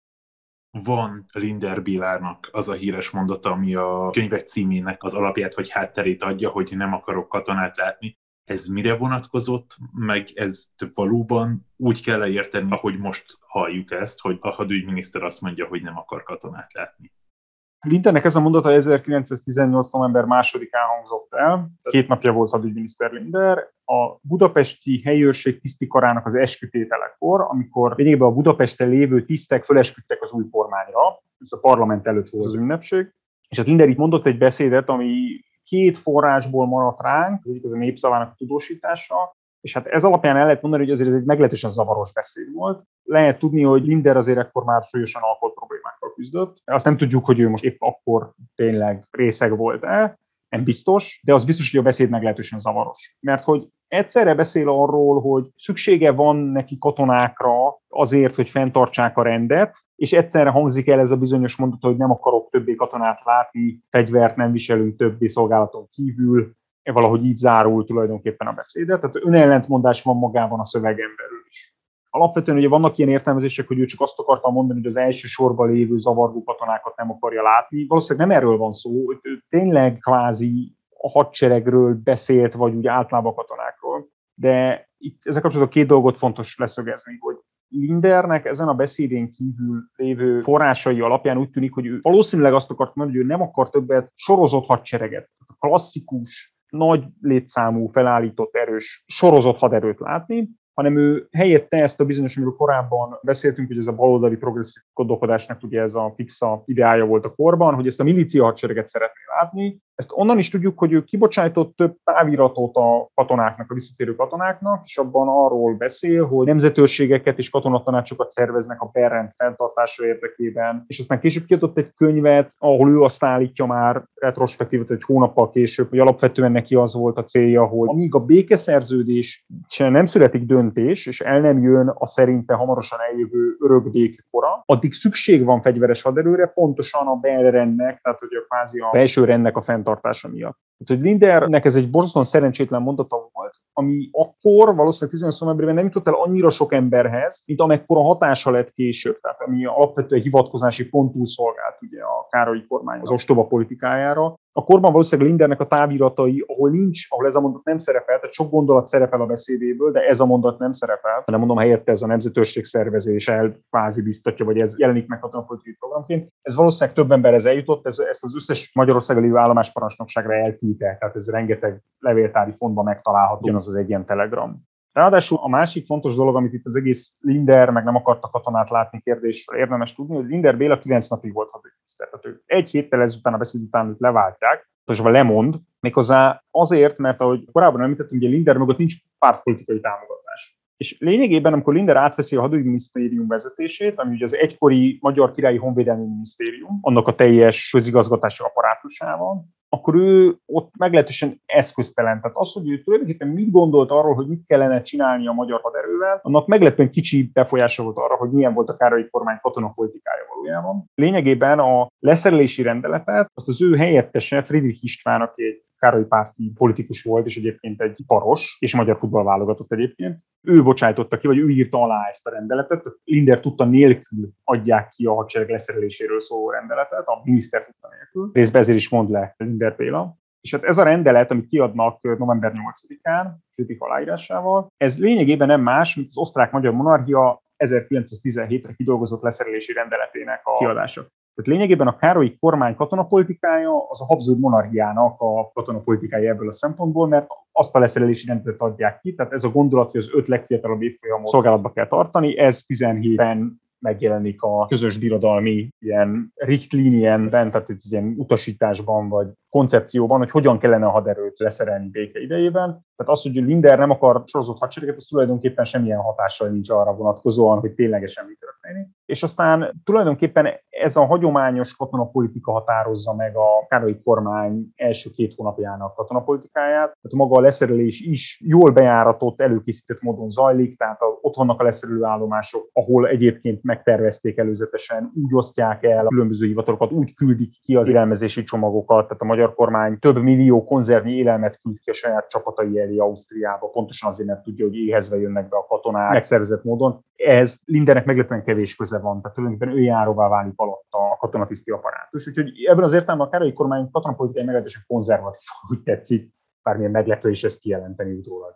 Van Linder Bélárnak az a híres mondata, ami a könyvek címének az alapját vagy hátterét adja, hogy nem akarok katonát látni. Ez mire vonatkozott, meg ez valóban úgy kell érteni, ahogy most halljuk ezt, hogy a hadügyminiszter azt mondja, hogy nem akar katonát látni. Lindernek ez a mondata ezerkilencszáztizennyolc. november másodikán hangzott el. Két napja volt hadügyminiszter Linder. A budapesti helyőrség tisztikarának az eskütételekor, amikor lényegében a Budapesten lévő tisztek fölesküdtek az új kormányra, ez a parlament előtt volt az ünnepség, és hát Linder itt mondott egy beszédet, ami két forrásból maradt ránk, az egyik az a Népszavának a tudósítása, és hát ez alapján el lehet mondani, hogy azért ez egy meglehetősen zavaros beszéd volt. Lehet tudni, hogy Linder azért ekkor már súlyosan alkohol problémákkal küzdött. Azt nem tudjuk, hogy ő most épp akkor tényleg részeg volt-e, nem biztos, de az biztos, hogy a beszéd meglehetősen zavaros. Mert hogy egyszerre beszél arról, hogy szüksége van neki katonákra azért, hogy fenntartsák a rendet, és egyszerre hangzik el ez a bizonyos mondat, hogy nem akarok többé katonát látni, fegyvert nem viselünk többé szolgálaton kívül, valahogy így zárul tulajdonképpen a beszédet. Tehát önellentmondás van magában a szövegen belül is. Alapvetően ugye vannak ilyen értelmezések, hogy ő csak azt akarta mondani, hogy az első sorban lévő zavargó katonákat nem akarja látni. Valószínűleg nem erről van szó, hogy tényleg kvázi a hadseregről beszélt, vagy úgy általában a katonákról. De itt ezzel kapcsolatban két dolgot fontos leszögezni, hogy Lindernek ezen a beszédén kívül lévő forrásai alapján úgy tűnik, hogy ő valószínűleg azt akart mondani, hogy ő nem akar többet sorozott hadsereget, a klasszikus, nagy létszámú, felállított, erős, sorozott haderőt látni, hanem ő helyette ezt a bizonyos, amiről korábban beszéltünk, hogy ez a baloldali progresszív gondolkodásnak ugye ez a fixa ideája volt a korban, hogy ezt a milícia hadsereget szeretné látni. Ezt onnan is tudjuk, hogy ő kibocsájtott több táviratot a katonáknak, a visszatérő katonáknak, és abban arról beszél, hogy nemzetőrségeket és katonatanácsokat szerveznek a berrend fenntartása érdekében, és aztán később kiadott egy könyvet, ahol ő azt állítja már retrospektívet egy hónappal később, hogy alapvetően neki az volt a célja, hogy amíg a békeszerződés nem születik döntés, és el nem jön a szerinte hamarosan eljövő örök békekora, addig szükség van fegyveres haderőre, pontosan a belrendnek, tehát hogy a kvázi a belső rendnek a fenntartása miatt. Tehát, hogy Lindernek ez egy borzasztóan szerencsétlen mondata volt, ami akkor valószínűleg tizennyolc novemberében nem jutott el annyira sok emberhez, mint amekkora hatása lett később, tehát ami alapvetően hivatkozási pontul szolgált ugye a Károlyi kormány az ostoba politikájára. A korban valószínűleg Lindernek a táviratai, ahol nincs, ahol ez a mondat nem szerepel, tehát sok gondolat szerepel a beszédéből, de ez a mondat nem szerepel, hanem mondom, helyette ez a nemzetőrség szervezéssel kvázi biztatja, vagy ez jelenik meg katonapolitikai programként. Ez valószínűleg több emberhez eljutott, ez, ezt az összes Magyarországon lévő állomásparancsnokságra elküldte, tehát ez rengeteg levéltári fontban megtalálható, ugyanaz az egy ilyen telegram. Ráadásul a másik fontos dolog, amit itt az egész Linder, meg nem akarta katonát látni kérdésről érdemes tudni, hogy Linder Béla kilenc napig volt hadügyminiszter. Tehát ő egy héttel ezután a beszéd után őt leváltják, és lemond, méghozzá azért, mert ahogy korábban említettem, ugye Linder mögött nincs pártpolitikai támogatás. És lényegében, amikor Linder átveszi a hadügyminisztérium vezetését, ami ugye az egykori Magyar Királyi Honvédelmi Minisztérium, annak a teljes közigazgatási apparátusával, akkor ő ott meglehetősen eszköztelen. Tehát az, hogy ő tulajdonképpen mit gondolt arról, hogy mit kellene csinálni a magyar haderővel, annak meglepően kicsi befolyása volt arra, hogy milyen volt a Károlyi kormány katonapolitikája valójában. Lényegében a leszerelési rendeletet azt az ő helyettese, Friedrich István, aki egy Károly párti politikus volt, és egyébként egy paros, és magyar futballválogatott egyébként. Ő bocsájtotta ki, vagy ő írta alá ezt a rendeletet, Linder tudta nélkül adják ki a hadsereg leszereléséről szóló rendeletet, a miniszter tudta nélkül. Részben ezért is mond le Linder Béla. És hát ez a rendelet, amit kiadnak november nyolcadikán, Lipik aláírásával, ez lényegében nem más, mint az osztrák-magyar monarchia ezerkilencszáztizenhétre kidolgozott leszerelési rendeletének a kiadása. Tehát lényegében a Károlyi kormány katonapolitikája az a Habsburg monarchiának a katonapolitikája ebből a szempontból, mert azt a leszerelési rendeletet adják ki, tehát ez a gondolat, hogy az öt legfiatalabb évfolyamot szolgálatba kell tartani, ez tizenhétben megjelenik a közös birodalmi ilyen richtlinien-ben, tehát egy ilyen utasításban vagy koncepcióban, hogy hogyan kellene a haderőt leszerelni béke idejében. Tehát az, hogy Linder nem akar sorozott hadsereget, az tulajdonképpen semmilyen hatással nincs arra vonatkozóan, hogy ténylegesen mi történik. És aztán tulajdonképpen ez a hagyományos katonapolitika határozza meg a Károlyi kormány első két hónapjának katonapolitikáját. Tehát maga a leszerelés is jól bejáratott, előkészített módon zajlik, tehát ott vannak a leszerelő állomások, ahol egyébként megtervezték előzetesen, úgy osztják el a különböző hivatalokat, úgy küldik ki az élelmezési csomagokat, tehát a magyar kormány több millió konzervnyi élelmet küld ki a saját csapatai elé Ausztriába, pontosan azért nem tudja, hogy éhezve jönnek be a katonák megszervezett módon. Ehhez Lindernek meglepően kevés köze van, tehát tulajdonképpen ő járóvá válik alatta a katonatiszti apparátus. Úgyhogy ebben az értelemben a Károlyi kormány katonapolitikai meglehetősen konzervatív, úgy tetszik, bármilyen meglepő is ezt kijelenteni utólag.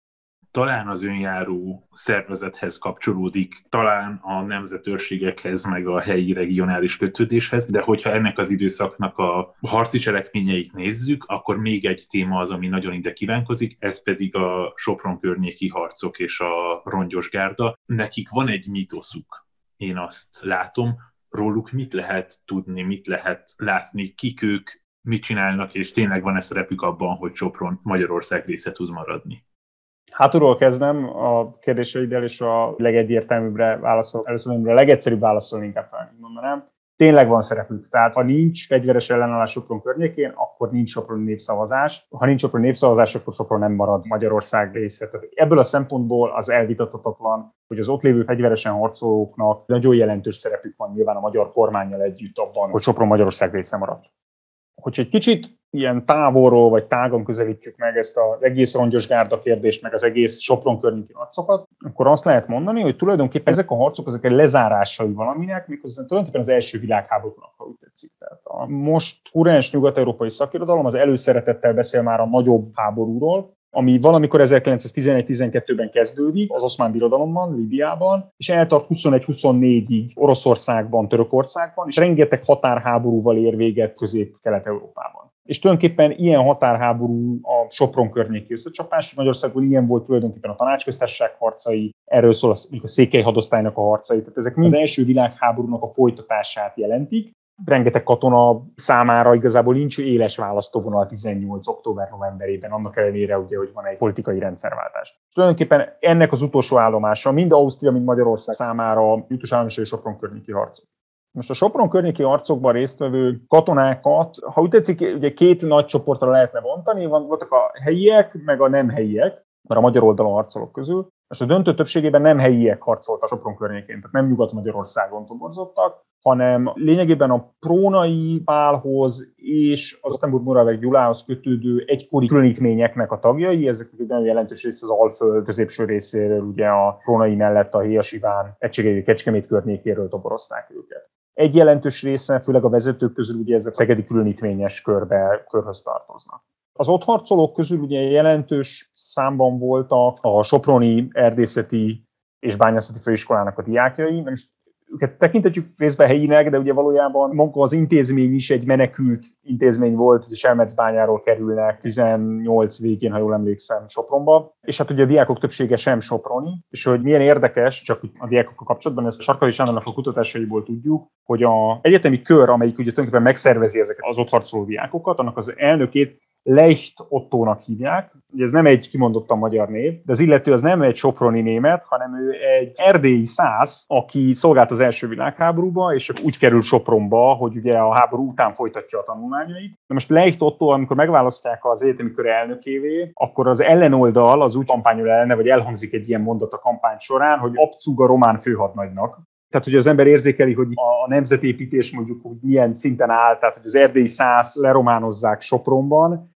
Talán az önjáró szervezethez kapcsolódik, talán a nemzetőrségekhez, meg a helyi regionális kötődéshez, de hogyha ennek az időszaknak a harci cselekményeit nézzük, akkor még egy téma az, ami nagyon ide kívánkozik, ez pedig a Sopron környéki harcok és a Rongyos Gárda. Nekik van egy mítoszuk, én azt látom, róluk mit lehet tudni, mit lehet látni, kik ők, mit csinálnak, és tényleg van-e szerepük abban, hogy Sopron Magyarország része tud maradni? Hátulról kezdem a kérdéseiddel, és a legegyértelműbbre válaszol, először a legegyszerűbb válaszolni inkább fel, mondanám. Tényleg van szerepük. Tehát ha nincs fegyveres ellenállás Sopron környékén, akkor nincs soproni népszavazás. Ha nincs soproni népszavazás, akkor Sopron nem marad Magyarország része. Tehát ebből a szempontból az elvitathatatlan, hogy az ott lévő fegyveresen harcolóknak nagyon jelentős szerepük van nyilván a magyar kormánnyal együtt abban, hogy Sopron Magyarország része marad. Hogyha egy kicsit ilyen távolról vagy tágon közelítjük meg ezt az egész Rongyos Gárda kérdést, meg az egész Sopron környéki harcokat, akkor azt lehet mondani, hogy tulajdonképpen ezek a harcok ezek egy lezárásai valaminek, miközben tulajdonképpen az első világháborúnak, ha úgy tetszik. Tehát a most kurens nyugat-európai szakirodalom az előszeretettel beszél már a nagyobb háborúról, ami valamikor ezerkilencszáztizenegy-tizenkettőben kezdődik az Oszmán Birodalomban, Líbiában, és eltart huszonegy-huszonnégyig Oroszországban, Törökországban, és rengeteg határháborúval ér véget Közép-Kelet-Európában. És tulajdonképpen ilyen határháború a Sopron környéki összecsapás. Magyarországon ilyen volt tulajdonképpen a Tanácsköztársaság harcai, erről szól a, a Székely hadosztálynak a harcai. Tehát ezek mind az első világháborúnak a folytatását jelentik. Rengeteg katona számára igazából nincs éles választóvonal tizennyolc október-novemberében, annak ellenére, ugye, hogy van egy politikai rendszerváltás. Tulajdonképpen ennek az utolsó állomása mind Ausztria, mind Magyarország számára utolsó állomása a Sopron környéki harcok. Most a Sopron környéki harcokban résztvevő katonákat, ha úgy tetszik, ugye két nagy csoportra lehetne bontani, voltak a helyiek, meg a nem helyiek, mert a magyar oldalon harcolók közül. Most a döntő többségében nem helyiek harcoltak a Sopron környékén, tehát nem Nyugat-Magyarországon toborzottak, hanem lényegében a Prónai Pálhoz és az Osztenburg-Moravek Gyulához kötődő egykori különítményeknek a tagjai, ezek egy nagyon jelentős rész az Alföld középső részéről, ugye a Prónai mellett a Héjas-Iván egységei Kecskemét környékéről toborozták őket. Egy jelentős része, főleg a vezetők közül ugye ezek a szegedi különítményes körbe, körhöz tartoznak. Az ott harcolók közül ugye jelentős számban voltak a Soproni Erdészeti és Bányászati Főiskolának a diákjai. Nem is őket tekintetjük részben helyinek, de ugye valójában maga az intézmény is egy menekült intézmény volt, ugye Selmecbányáról kerülnek tizennyolc végén, ha jól emlékszem, Sopronba. És hát ugye a diákok többsége sem soproni, és hogy milyen érdekes, csak a diákokkal kapcsolatban, ezt a Sarkadi Sándornak a kutatásaiból tudjuk, hogy az egyetemi kör, amelyik ugye tulajdonképpen megszervezi ezeket az ott harcoló diákokat, annak az elnökét Leicht Ottónak hívják. Ugye ez nem egy kimondottan magyar név, de az illető az nem egy soproni német, hanem ő egy erdélyi szász, aki szolgált az első világháborúba, és úgy kerül Sopronba, hogy ugye a háború után folytatja a tanulmányait. De most Leicht Ottó, amikor megválasztják az egyetemi kör elnökévé, akkor az ellenoldal az úgy kampányol ellene, vagy elhangzik egy ilyen mondat a kampány során, hogy abcug a román főhadnagynak. Tehát, hogy az ember érzékeli, hogy a nemzetépítés mondjuk hogy milyen szinten áll, tehát, hogy az erdélyi szász lerománozzák Sopronban,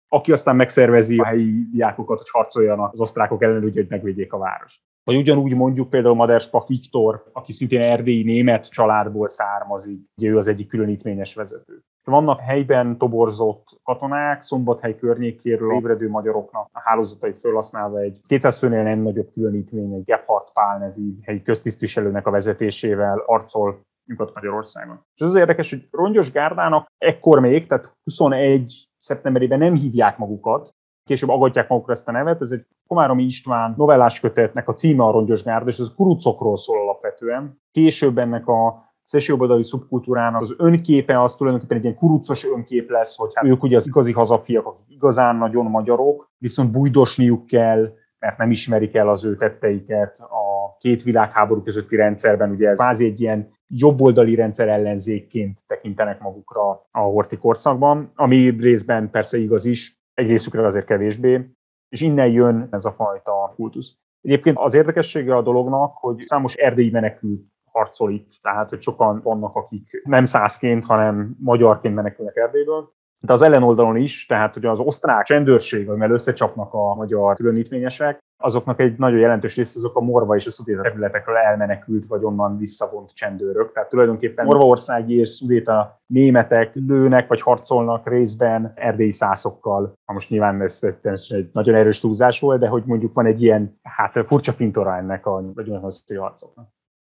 aki aztán megszervezi a helyi diákokat, hogy harcoljanak az osztrákok ellen, úgy, hogy megvédjék a várost. Vagy ugyanúgy mondjuk például Maderspak Viktor, aki szintén erdélyi német családból származik, ugye ő az egyik különítményes vezető. Vannak helyben toborzott katonák, Szombathely környékéről ébredő magyaroknak a hálózatait felhasználva egy kétszáz főnél nem nagyobb különítmény, egy Gebhard Pál nevű helyi köztisztviselőnek a vezetésével harcol Nyugat-Magyarországon. És az érdekes, hogy Rongyos Gárdának ekkor még, tehát huszonegy szeptemberében nem hívják magukat, később aggatják magukra ezt a nevet, ez egy Komáromi István novellás kötetnek a címe a Rongyos Gárda, és ez a kurucokról szól alapvetően. Később ennek a szélsőjobboldali szubkultúrának az önképe az tulajdonképpen egy ilyen kurucos önkép lesz, hogy hát ők ugye az igazi hazafiak, akik igazán nagyon magyarok, viszont bújdosniuk kell, mert nem ismerik el az ő tetteiket a két világháború közötti rendszerben, ugye ez kvázi egy ilyen jobboldali rendszer ellenzékként tekintenek magukra a horthy korszakban, ami részben persze igaz is, egy részükre azért kevésbé, és innen jön ez a fajta kultusz. Egyébként az érdekessége a dolognak, hogy számos erdélyi menekült harcol itt, tehát hogy sokan vannak, akik nem szászként, hanem magyarként menekülnek Erdélyből. De az ellenoldalon is, tehát hogy az osztrák csendőrség, amivel összecsapnak a magyar különítményesek, azoknak egy nagyon jelentős része azok a Morva és a szudéta területekről elmenekült, vagy onnan visszavont csendőrök. Tehát tulajdonképpen morvaországi és szudéta németek lőnek, vagy harcolnak részben erdélyi szászokkal. Ha most nyilván ez egy nagyon erős túlzás volt, de hogy mondjuk van egy ilyen hát furcsa fintora ennek a nagyon hosszú harcoknak.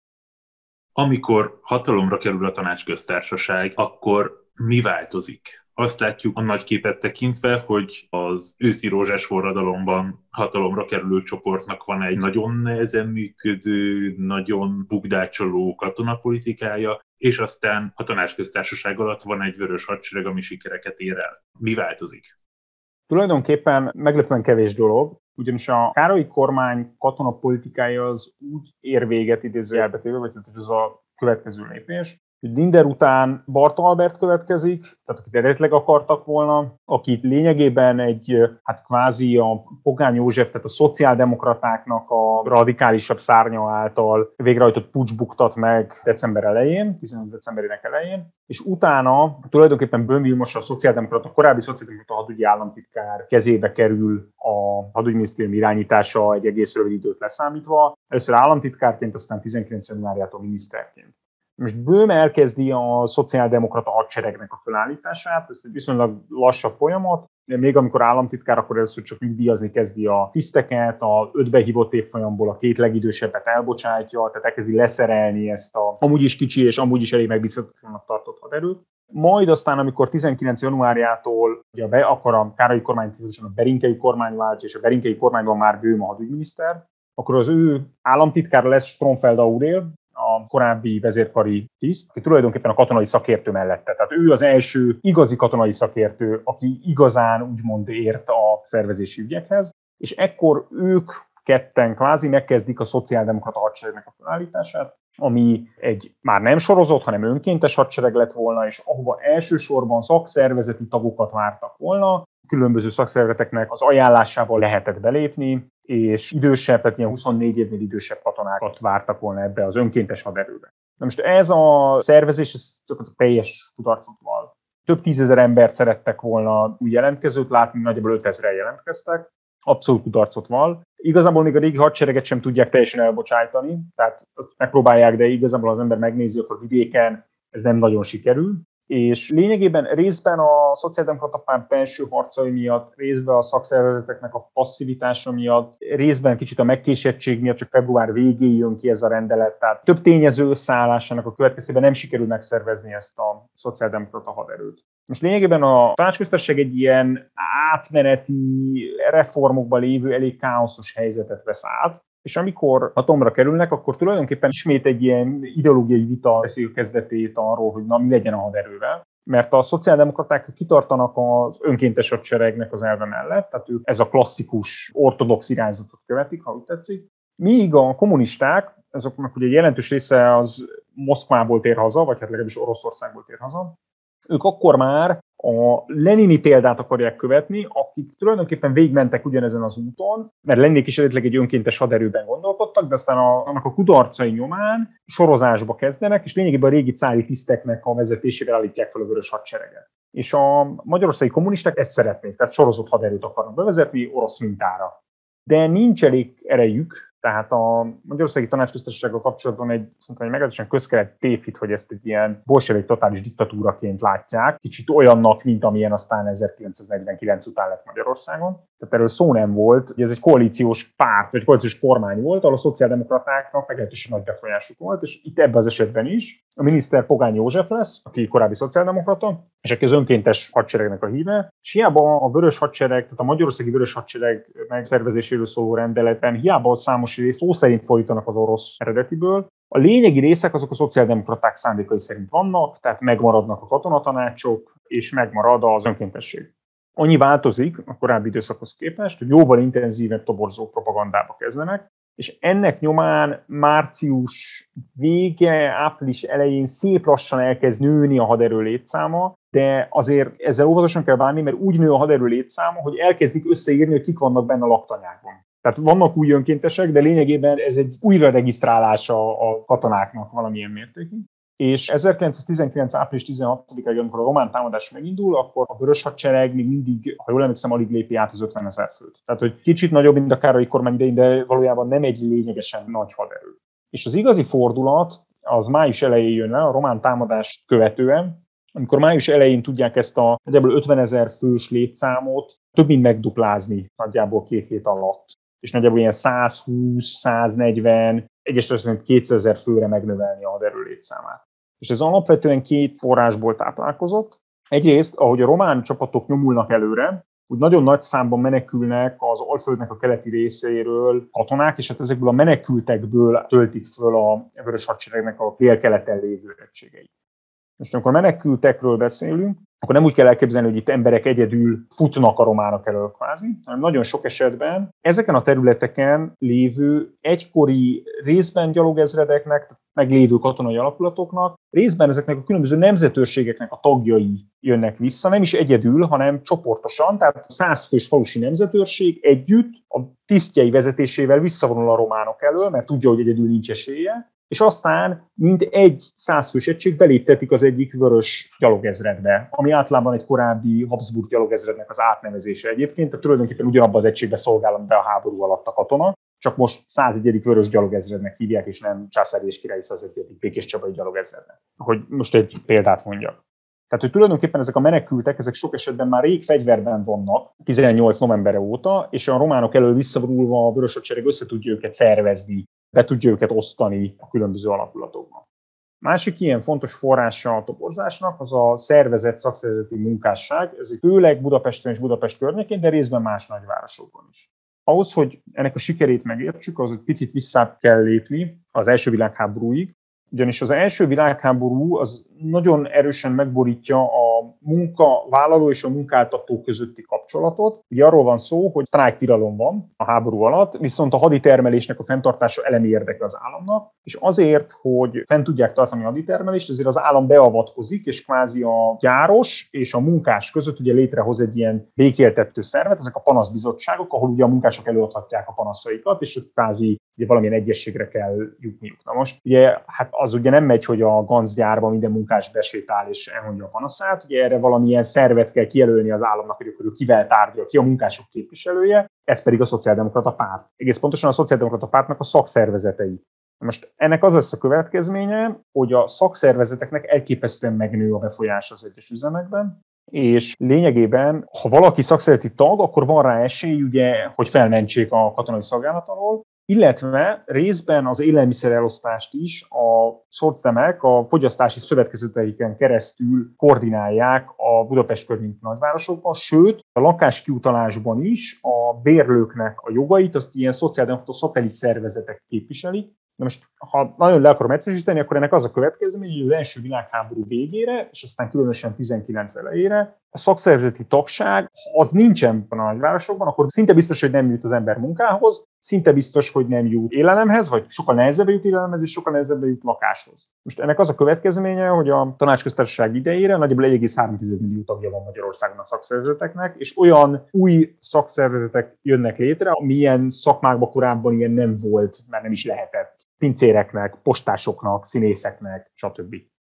Amikor hatalomra kerül a Tanácsköztársaság, akkor mi változik? Azt látjuk a nagy képet tekintve, hogy az őszi rózsás forradalomban hatalomra kerülő csoportnak van egy nagyon nehezen működő, nagyon bukdácsoló katonapolitikája, és aztán a Tanácsköztársaság alatt van egy vörös hadsereg, ami sikereket ér el. Mi változik? Tulajdonképpen meglepően kevés dolog, ugyanis a Károlyi kormány katonapolitikája az úgy ér véget idézőjelbe téve, vagy hogy ez a következő lépés, hogy Linder után Bart Albert következik, tehát akit eredetileg akartak volna, akit lényegében egy, hát kvázi a Pogány József, tehát a szociáldemokratáknak a radikálisabb szárnya által végrehajtott puccs buktat meg december elején, tizenöt decemberének elején, és utána tulajdonképpen Böhm Vilmos, a szociáldemokrata, korábbi szociáldemokrata hadügyi államtitkár kezébe kerül a hadügyminisztérium irányítása egy egész rövid időt leszámítva, először államtitkárként, aztán tizenkilenc januárjától miniszterként. Most Böhm elkezdi a szociáldemokrata hadseregnek a felállítását, ez egy viszonylag lassabb folyamat, még amikor államtitkár, akkor először csak nyugdíjazni kezdi a tiszteket, a öt behívott évfolyamból a két legidősebbet elbocsátja, tehát elkezdi leszerelni ezt a amúgy is kicsi és amúgy is elég megbízhatatlanak tartott haderőt. Majd aztán, amikor tizenkilenc januárjától ugye be akar a Károlyi kormány, a Berinkei kormány váltja, és a Berinkei kormányban már Böhm a hadügyminiszter, akkor az ő államtitkára lesz Stromfeld Aurél, a korábbi vezérkari tiszt, aki tulajdonképpen a katonai szakértő mellette. Tehát ő az első igazi katonai szakértő, aki igazán úgymond ért a szervezési ügyekhez, és ekkor ők ketten kvázi megkezdik a szociáldemokrata hadseregnek a felállítását, ami egy már nem sorozott, hanem önkéntes hadsereg lett volna, és ahova elsősorban szakszervezeti tagokat vártak volna, különböző szakszervezeteknek az ajánlásával lehetett belépni, és idősebb, tehát ilyen huszonnégy évnél idősebb katonákat vártak volna ebbe az önkéntes haderőbe. Na most ez a szervezés ez teljes kudarcot val. Több tízezer embert szerettek volna új jelentkezőt látni, nagyjából ötezren jelentkeztek, abszolút kudarcot val. Igazából még a régi hadsereget sem tudják teljesen elbocsájtani, tehát megpróbálják, de igazából az ember megnézi, akkor vidéken ez nem nagyon sikerül. És lényegében részben a szociáldemokrata párt belső harcai miatt, részben a szakszervezeteknek a passzivitása miatt, részben kicsit a megkésettség miatt csak február végéig jön ki ez a rendelet, tehát több tényező összeállásának a következtében nem sikerül megszervezni ezt a szociáldemokrata haderőt. Most lényegében a Tanácsköztársaság egy ilyen átmeneti reformokban lévő elég káoszos helyzetet vesz át, és amikor hatalomra kerülnek, akkor tulajdonképpen ismét egy ilyen ideológiai vita veszi a kezdetét arról, hogy na mi legyen a haderővel. Mert a szociáldemokraták kitartanak az önkéntes hadseregnek az elve mellett, tehát ők ez a klasszikus ortodox irányzatot követik, ha úgy tetszik. Míg a kommunisták, azoknak ugye jelentős része az Moszkvából tér haza, vagy hát legalábbis Oroszországból tér haza, ők akkor már a lenini példát akarják követni, akik tulajdonképpen végigmentek ugyanezen az úton, mert Leninék is eredetileg egy önkéntes haderőben gondolkodtak, de aztán a, annak a kudarcai nyomán sorozásba kezdenek, és lényegében a régi cári tiszteknek a vezetésével állítják fel a vörös hadsereget. És a magyarországi kommunisták ezt szeretnék, tehát sorozott haderőt akarnak bevezetni orosz mintára. De nincs elég erejük, tehát a Magyarországi Tanácsköztársasággal kapcsolatban egy, szerintem egy meglehetősen közkelet tévhit, hogy ezt egy ilyen bolsevik totális diktatúraként látják, kicsit olyannak, mint amilyen aztán ezerkilencszáznegyvenkilenc után lett Magyarországon. Tehát erről szó nem volt, hogy ez egy koalíciós párt, vagy koalíciós kormány volt, ahol a szociáldemokratáknak meglehetősen nagy befolyásuk volt, és itt ebben az esetben is a miniszter Pogány József lesz, aki korábbi szociáldemokrata, és aki az önkéntes hadseregnek a híve, és hiába a Vörös Hadsereg, tehát a Magyarországi Vörös Hadsereg megszervezéséről szóló rendeletben, hiába számos rész szó szerint fordítanak az orosz eredetiből, a lényegi részek azok a szociáldemokraták szándékai szerint vannak, tehát megmaradnak a katonatanácsok, és megmarad az önkéntesség. Annyi változik a korábbi időszakhoz képest, hogy jóval intenzívebb toborzó propagandába kezdenek, és ennek nyomán március vége, április elején szép lassan elkezd nőni a haderő létszáma, de azért ezzel óvatosan kell bánni, mert úgy nő a haderő létszáma, hogy elkezdik összeírni, hogy kik vannak benne a laktanyákban. Tehát vannak új önkéntesek, de lényegében ez egy újra regisztrálása a katonáknak valamilyen mértékig. És ezerkilencszáztizenkilenc április tizenhatodikáig, amikor a román támadás megindul, akkor a Vörös Hadsereg még mindig, ha jól emlékszem, alig lépi át az ötvenezer főt. Tehát, hogy kicsit nagyobb, mint a Károlyi kormány idején, de valójában nem egy lényegesen nagy haderő. És az igazi fordulat az május elején jön el, a román támadást követően, amikor május elején tudják ezt a nagyjából ötvenezer fős létszámot több mint megduplázni nagyjából két hét alatt. És nagyjából ilyen százhúsz, száznegyven, egyes szerint kétszázezer főre megnövelni a haderő létszámát. És ez alapvetően két forrásból táplálkozott. Egyrészt, ahogy a román csapatok nyomulnak előre, úgy nagyon nagy számban menekülnek az Alföldnek a keleti részéről katonák, és hát ezekből a menekültekből töltik föl a Vörös Hadseregnek a délkeleten lévő egységei. Most amikor menekültekről beszélünk, akkor nem úgy kell elképzelni, hogy itt emberek egyedül futnak a románok elől kvázi, hanem nagyon sok esetben ezeken a területeken lévő egykori részben gyalogezredeknek, meglévő katonai alakulatoknak, részben ezeknek a különböző nemzetőrségeknek a tagjai jönnek vissza, nem is egyedül, hanem csoportosan, tehát száz fős falusi nemzetőrség együtt a tisztjei vezetésével visszavonul a románok elől, mert tudja, hogy egyedül nincs esélye, és aztán mint egy százfős egység beléptetik az egyik vörös gyalogezredbe, ami általában egy korábbi Habsburg gyalogezrednek az átnevezése egyébként, tehát tulajdonképpen ugyanabban az egységben szolgál, be a háború alatt a katona, csak most százegyedik vörös gyalogezrednek hívják, és nem császári és királyi százegyedik Békés Csabai gyalogezrednek. Hogy most egy példát mondjak. Tehát, hogy tulajdonképpen ezek a menekültek, ezek sok esetben már rég fegyverben vannak, tizennyolc novembere óta, és a románok elől visszavonulva a Vörös Hadsereg össze tudja őket szervezni, be tudja őket osztani a különböző alakulatokban. Másik ilyen fontos forrása a toborzásnak az a szervezett szakszervezeti munkásság, ez főleg Budapesten és Budapest környékén, de részben más nagyvárosokban is. Ahhoz, hogy ennek a sikerét megértsük, az egy picit vissza kell lépni az első világháborúig, ugyanis az első világháború az nagyon erősen megborítja a munkavállaló és a munkáltató közötti kapcsolatot. Ugye arról van szó, hogy sztrájktilalom van a háború alatt, viszont a haditermelésnek a fenntartása elemi érdeke az államnak, és azért, hogy fent tudják tartani a haditermelést, ezért az állam beavatkozik, és kvázi a gyáros és a munkás között ugye létrehoz egy ilyen békéltető szervet, ezek a panaszbizottságok, ahol ugye a munkások előadhatják a panaszaikat, és ott kvázi ugye valamilyen egyességre kell jutniuk. Na most ugye hát az ugye nem megy, hogy a gancgyárban minden munkás besétál és elmondja a panaszát, ugye erre valamilyen szervet kell kijelölni az államnak, hogy akkor kivel tárgyal, ki a munkások képviselője, ez pedig a Szociáldemokrata Párt. Egész pontosan a Szociáldemokrata Pártnak a szakszervezetei. Most ennek az lesz a következménye, hogy a szakszervezeteknek elképesztően megnő a befolyás az egyes üzemekben, és lényegében, ha valaki szakszervezeti tag, akkor van rá esély, ugye, hogy felmentsék a katonai szolgálat alól, illetve részben az élelmiszerelosztást is a szocdemek a fogyasztási szövetkezeteiken keresztül koordinálják a Budapest környéki nagyvárosokban, sőt, a lakáskiutalásban is a bérlőknek a jogait, azt ilyen szociáldemokrata szatellit szervezetek képviselik. Na most, ha nagyon le akarom egyszerűsíteni, akkor ennek az a következmény, hogy az első világháború végére, és aztán különösen tizenkilenc elejére, a szakszervezeti tagság, ha az nincsen a nagyvárosokban, akkor szinte biztos, hogy nem jut az ember munkához, szinte biztos, hogy nem jut élelemhez, vagy sokkal nehezebben jut élelemhez, és sokkal nehezebben jut lakáshoz. Most ennek az a következménye, hogy a Tanácsköztársaság idejére nagyjából egy egész három millió tagja van Magyarországon a szakszervezeteknek, és olyan új szakszervezetek jönnek létre, amilyen szakmákban korábban ilyen nem volt, mert nem is lehetett. Pincéreknek, postásoknak, színészeknek, stb.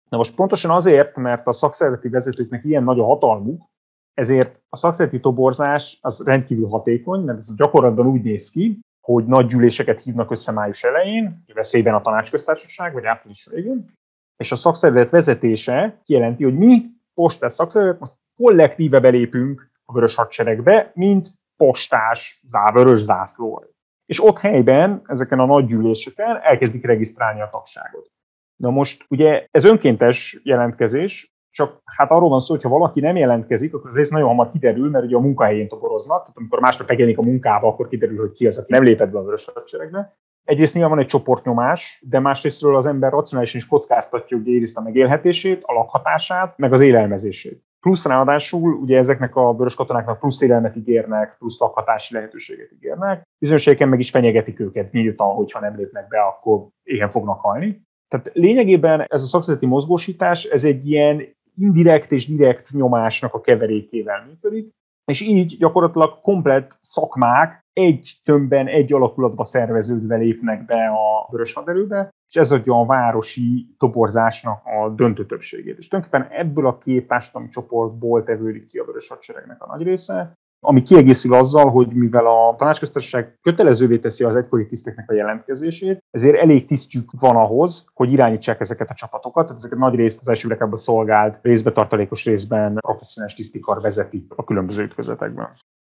Na most pontosan azért, mert a szakszervezeti vezetőknek ilyen nagy a hatalmuk, ezért a szakszervezeti toborzás az rendkívül hatékony, mert ez gyakorlatban úgy néz ki, hogy nagy gyűléseket hívnak össze május elején, veszélyben a tanácsköztársaság, vagy április végén, és a szakszervezet vezetése kijelenti, hogy mi, postás szakszervezet, kollektíve belépünk a Vörös Hadseregbe, mint postás, vörös zászló. És ott helyben, ezeken a nagy gyűléseken elkezdik regisztrálni a tagságot. Na most ugye ez önkéntes jelentkezés, csak hát arról van szó, hogy ha valaki nem jelentkezik, akkor az rész nagyon hamar kiderül, mert ugye a munkahelyén toboroznak, tehát amikor másnap megjelenik a munkába, akkor kiderül, hogy ki az, aki nem lépett be a Vörös Hadseregbe. Egyrészt nyilván van egy csoportnyomás, de másrésztről az ember racionálisan is kockáztatja ugye egyrészt a megélhetését, a lakhatását, meg az élelmezését. Plusz ráadásul ugye ezeknek a vörös katonáknak plusz élelmet ígérnek, plusz lakhatási lehetőséget ígérnek. Bizonyos helyeken meg is fenyegetik őket nyíltan, hogyha nem lépnek be, akkor éhen fognak halni. Tehát lényegében ez a szakszervezeti mozgósítás, ez egy ilyen indirekt és direkt nyomásnak a keverékével működik, és így gyakorlatilag komplett szakmák egy tömbben, egy alakulatba szerveződve lépnek be a vörös haderőbe, és ez adja a városi toborzásnak a döntő többségét. És tulajdonképpen ebből a két társadalmi csoportból tevődik ki a Vörös Hadseregnek a nagy része, ami kiegészül azzal, hogy mivel a tanácsköztársaság kötelezővé teszi az egykori tiszteknek a jelentkezését, ezért elég tisztjük van ahhoz, hogy irányítsák ezeket a csapatokat, tehát ezeket nagy részt az első világháborúban szolgált, részben tartalékos részben professzionális tisztikar vezeti a különböző ütközetekben.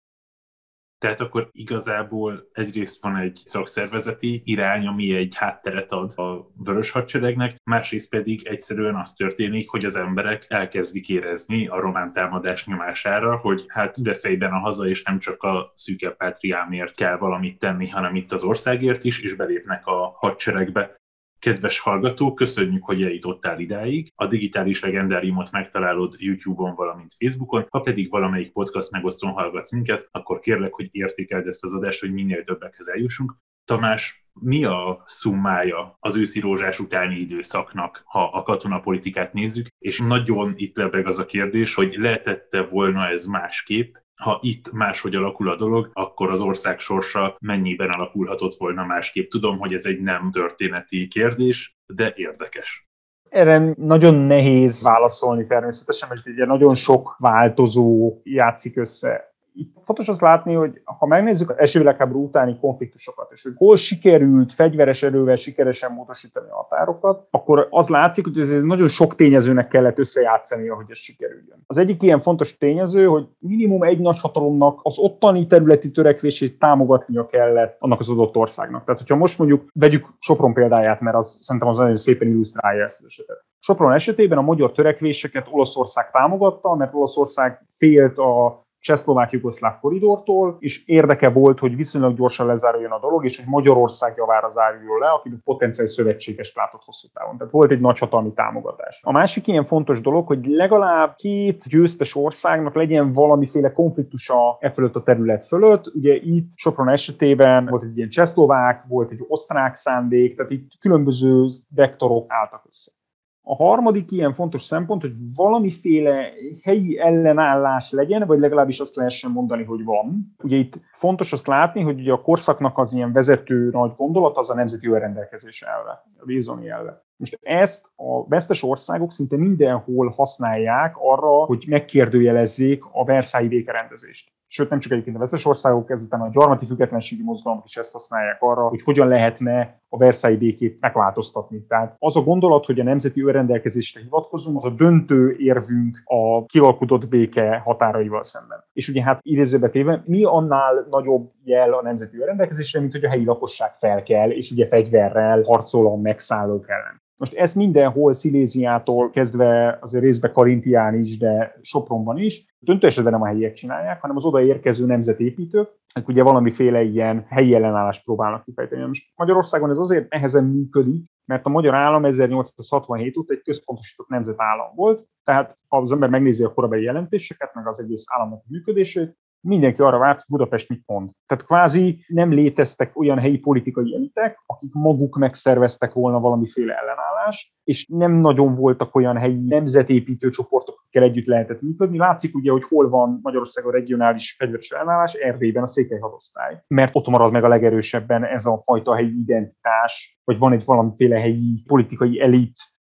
Tehát akkor igazából egyrészt van egy szakszervezeti irány, ami egy hátteret ad a Vörös Hadseregnek, másrészt pedig egyszerűen az történik, hogy az emberek elkezdik érezni a román támadás nyomására, hogy hát veszélyben a haza, és nem csak a szűke pátriámért kell valamit tenni, hanem itt az országért is, és belépnek a hadseregbe. Kedves hallgató, köszönjük, hogy eljutottál idáig. A Digitális Legendáriumot megtalálod YouTube-on, valamint Facebookon. Ha pedig valamelyik podcast megosztón hallgatsz minket, akkor kérlek, hogy értékeld ezt az adást, hogy minél többekhez eljussunk. Tamás, mi a szummája az őszi rózsás utáni időszaknak, ha a katonapolitikát nézzük? És nagyon itt lebeg az a kérdés, hogy lehetette volna ez másképp, ha itt máshogy alakul a dolog, akkor az ország sorsa mennyiben alakulhatott volna másképp. Tudom, hogy ez egy nem történeti kérdés, de érdekes. Erre nagyon nehéz válaszolni természetesen, mert ugye nagyon sok változó játszik össze. Itt fontos azt látni, hogy ha megnézzük az első világháború utáni konfliktusokat, és hogy hol sikerült fegyveres erővel sikeresen módosítani a határokat, akkor az látszik, hogy ez nagyon sok tényezőnek kellett összejátszani, hogy ez sikerüljön. Az egyik ilyen fontos tényező, hogy minimum egy nagyhatalomnak az ottani területi törekvését támogatnia kellett annak az adott országnak. Tehát, hogyha most mondjuk vegyük Sopron példáját, mert az szerintem az nagyon szépen illusztrálja ezt az esetet. Sopron esetében a magyar törekvéseket Olaszország támogatta, mert Olaszország félt a csehszlovák-jugoszláv koridortól, és érdeke volt, hogy viszonylag gyorsan lezáruljon a dolog, és hogy Magyarország javára záruljon le, akinek potenciális szövetséges látott hosszú távon. Tehát volt egy nagyhatalmi támogatás. A másik ilyen fontos dolog, hogy legalább két győztes országnak legyen valamiféle konfliktusa e fölött a terület fölött. Ugye itt Sopron esetében volt egy ilyen csehszlovák, volt egy osztrák szándék, tehát itt különböző vektorok álltak össze. A harmadik ilyen fontos szempont, hogy valamiféle helyi ellenállás legyen, vagy legalábbis azt lehessen mondani, hogy van. Ugye itt fontos azt látni, hogy ugye a korszaknak az ilyen vezető nagy gondolat az a nemzeti önrendelkezés elve, a Wilsoni elve. Most ezt a vesztes országok szinte mindenhol használják arra, hogy megkérdőjelezzék a versailles békerendezést. Sőt, nem csak egyébként a vesztes országok, ezután a gyarmati függetlenségi mozgalmak is ezt használják arra, hogy hogyan lehetne a versailles békét megváltoztatni. Tehát az a gondolat, hogy a nemzeti önrendelkezésre hivatkozunk, az a döntő érvünk a kialkudott béke határaival szemben. És ugye hát idézőbe téve, mi annál nagyobb jel a nemzeti önrendelkezésre, mint hogy a helyi lakosság fel kell, és ugye fegyverrel harcol a megszállók ellen. Most ez mindenhol, Sziléziától kezdve azért részben Karintián is, de Sopronban is, döntő esetben nem a helyiek csinálják, hanem az odaérkező nemzetépítők, akik ugye valamiféle ilyen helyi ellenállást próbálnak kifejteni. Most Magyarországon ez azért nehezen működik, mert a magyar állam ezernyolcszázhatvanhét óta egy központosított nemzetállam volt, tehát ha az ember megnézi a korabeli jelentéseket, meg az egész államnak működését, mindenki arra várt, hogy Budapest mit mond. Tehát kvázi nem léteztek olyan helyi politikai elitek, akik maguk megszerveztek volna valamiféle ellenállást, és nem nagyon voltak olyan helyi nemzetépítő csoportok, akikkel együtt lehetett működni. Látszik ugye, hogy hol van Magyarországon regionális fegyveres ellenállás, Erdélyben a székely hadosztály. Mert ott marad meg a legerősebben ez a fajta helyi identitás, vagy van egy valamiféle helyi politikai elit,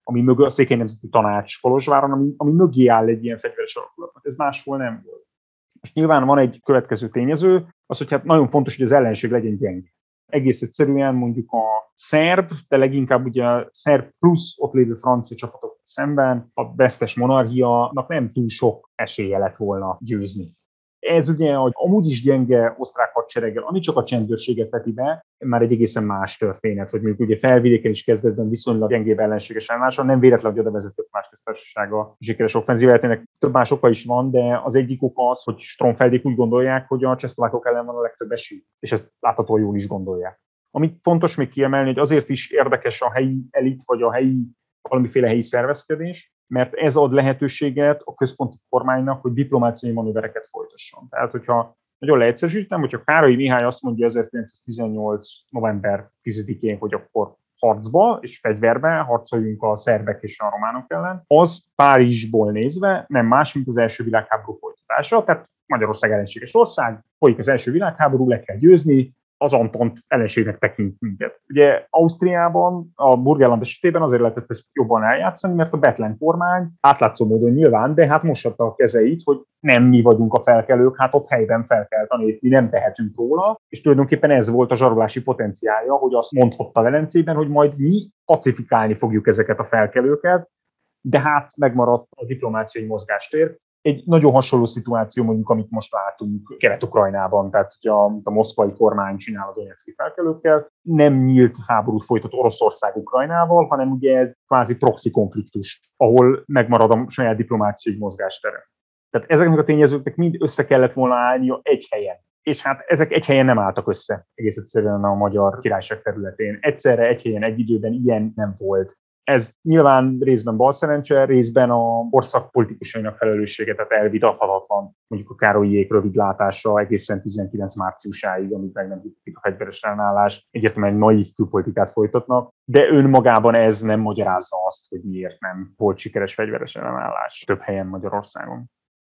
ami mögött a Székely Nemzeti Tanács Kolozsváron, ami, ami mögé áll egy ilyen fegyveres alakulatnak. Ez máshol nem volt. Most nyilván van egy következő tényező, az, hogy hát nagyon fontos, hogy az ellenség legyen gyenge. Egész egyszerűen mondjuk a szerb, de leginkább ugye a szerb plusz ott lévő francia csapatok szemben a vesztes monarchiának nem túl sok esélye lett volna győzni. Ez ugye hogy amúgy is gyenge osztrák hadsereggel, ami csak a csendőrséget veti be, már egy egészen más történet, hogy mondjuk ugye felvidéken is kezdetben viszonylag gyengébb ellenséges álláson, nem véletlen, hogy oda vezetett más köztársasága sikeres offenzíváját, ennek több más oka is van, de az egyik oka az, hogy Stromfeldék úgy gondolják, hogy a csehszlovákok ellen van a legtöbb esély, és ezt láthatóan jól is gondolják. Amit fontos még kiemelni, hogy azért is érdekes a helyi elit, vagy a helyi valamiféle helyi szervezkedés, mert ez ad lehetőséget a központi kormánynak, hogy diplomáciai manővereket folytasson. Tehát, hogyha nagyon leegyszerűsítem, hogyha Károly Mihály azt mondja ezerkilencszáztizennyolc. november tizedikén, hogy akkor harcba és fegyverbe harcoljunk a szerbek és a románok ellen, az Párizsból nézve nem más, mint az első világháború folytatása, tehát Magyarország ellenséges ország, folyik az első világháború, le kell győzni, az Antont ellenségnek tekint minket. Ugye Ausztriában, a Burgenland esetében azért lehetett ezt jobban eljátszani, mert a Bethlen kormány átlátszó módon nyilván, de hát mosatta a kezeit, hogy nem mi vagyunk a felkelők, hát ott helyben felkelt a nép, mi nem tehetünk róla, és tulajdonképpen ez volt a zsarolási potenciálja, hogy azt mondhatta Velencében, hogy majd mi pacifikálni fogjuk ezeket a felkelőket, de hát megmaradt a diplomáciai mozgástér. Egy nagyon hasonló szituáció mondjuk, amit most látunk Kelet-Ukrajnában, tehát hogy a, a moszkvai kormány csinál a donetszki felkelőkkel, nem nyílt háborút folytat Oroszország Ukrajnával, hanem ugye ez kvázi proxy konfliktus, ahol megmarad a saját diplomáciai mozgástere. Tehát ezeknek a tényezőknek mind össze kellett volna állnia egy helyen. És hát ezek egy helyen nem álltak össze egész egyszerűen a Magyar Királyság területén. Egyszerre egy helyen, egy időben ilyen nem volt. Ez nyilván részben balszerencse, részben a ország politikusainak felelőssége, tehát elvitathatatlan mondjuk a Károlyék rövidlátása egészen tizenkilenc márciusáig, amíg meg nem tudjuk a fegyveres ellenállást, egyértelműen egy naív külpolitikát folytatnak, de önmagában ez nem magyarázza azt, hogy miért nem volt sikeres fegyveres ellenállás több helyen Magyarországon.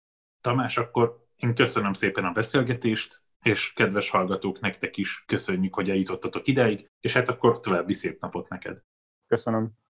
Tamás, akkor én köszönöm szépen a beszélgetést, és kedves hallgatók, nektek is köszönjük, hogy eljutottatok ideig, és hát akkor további szép napot neked. Köszönöm.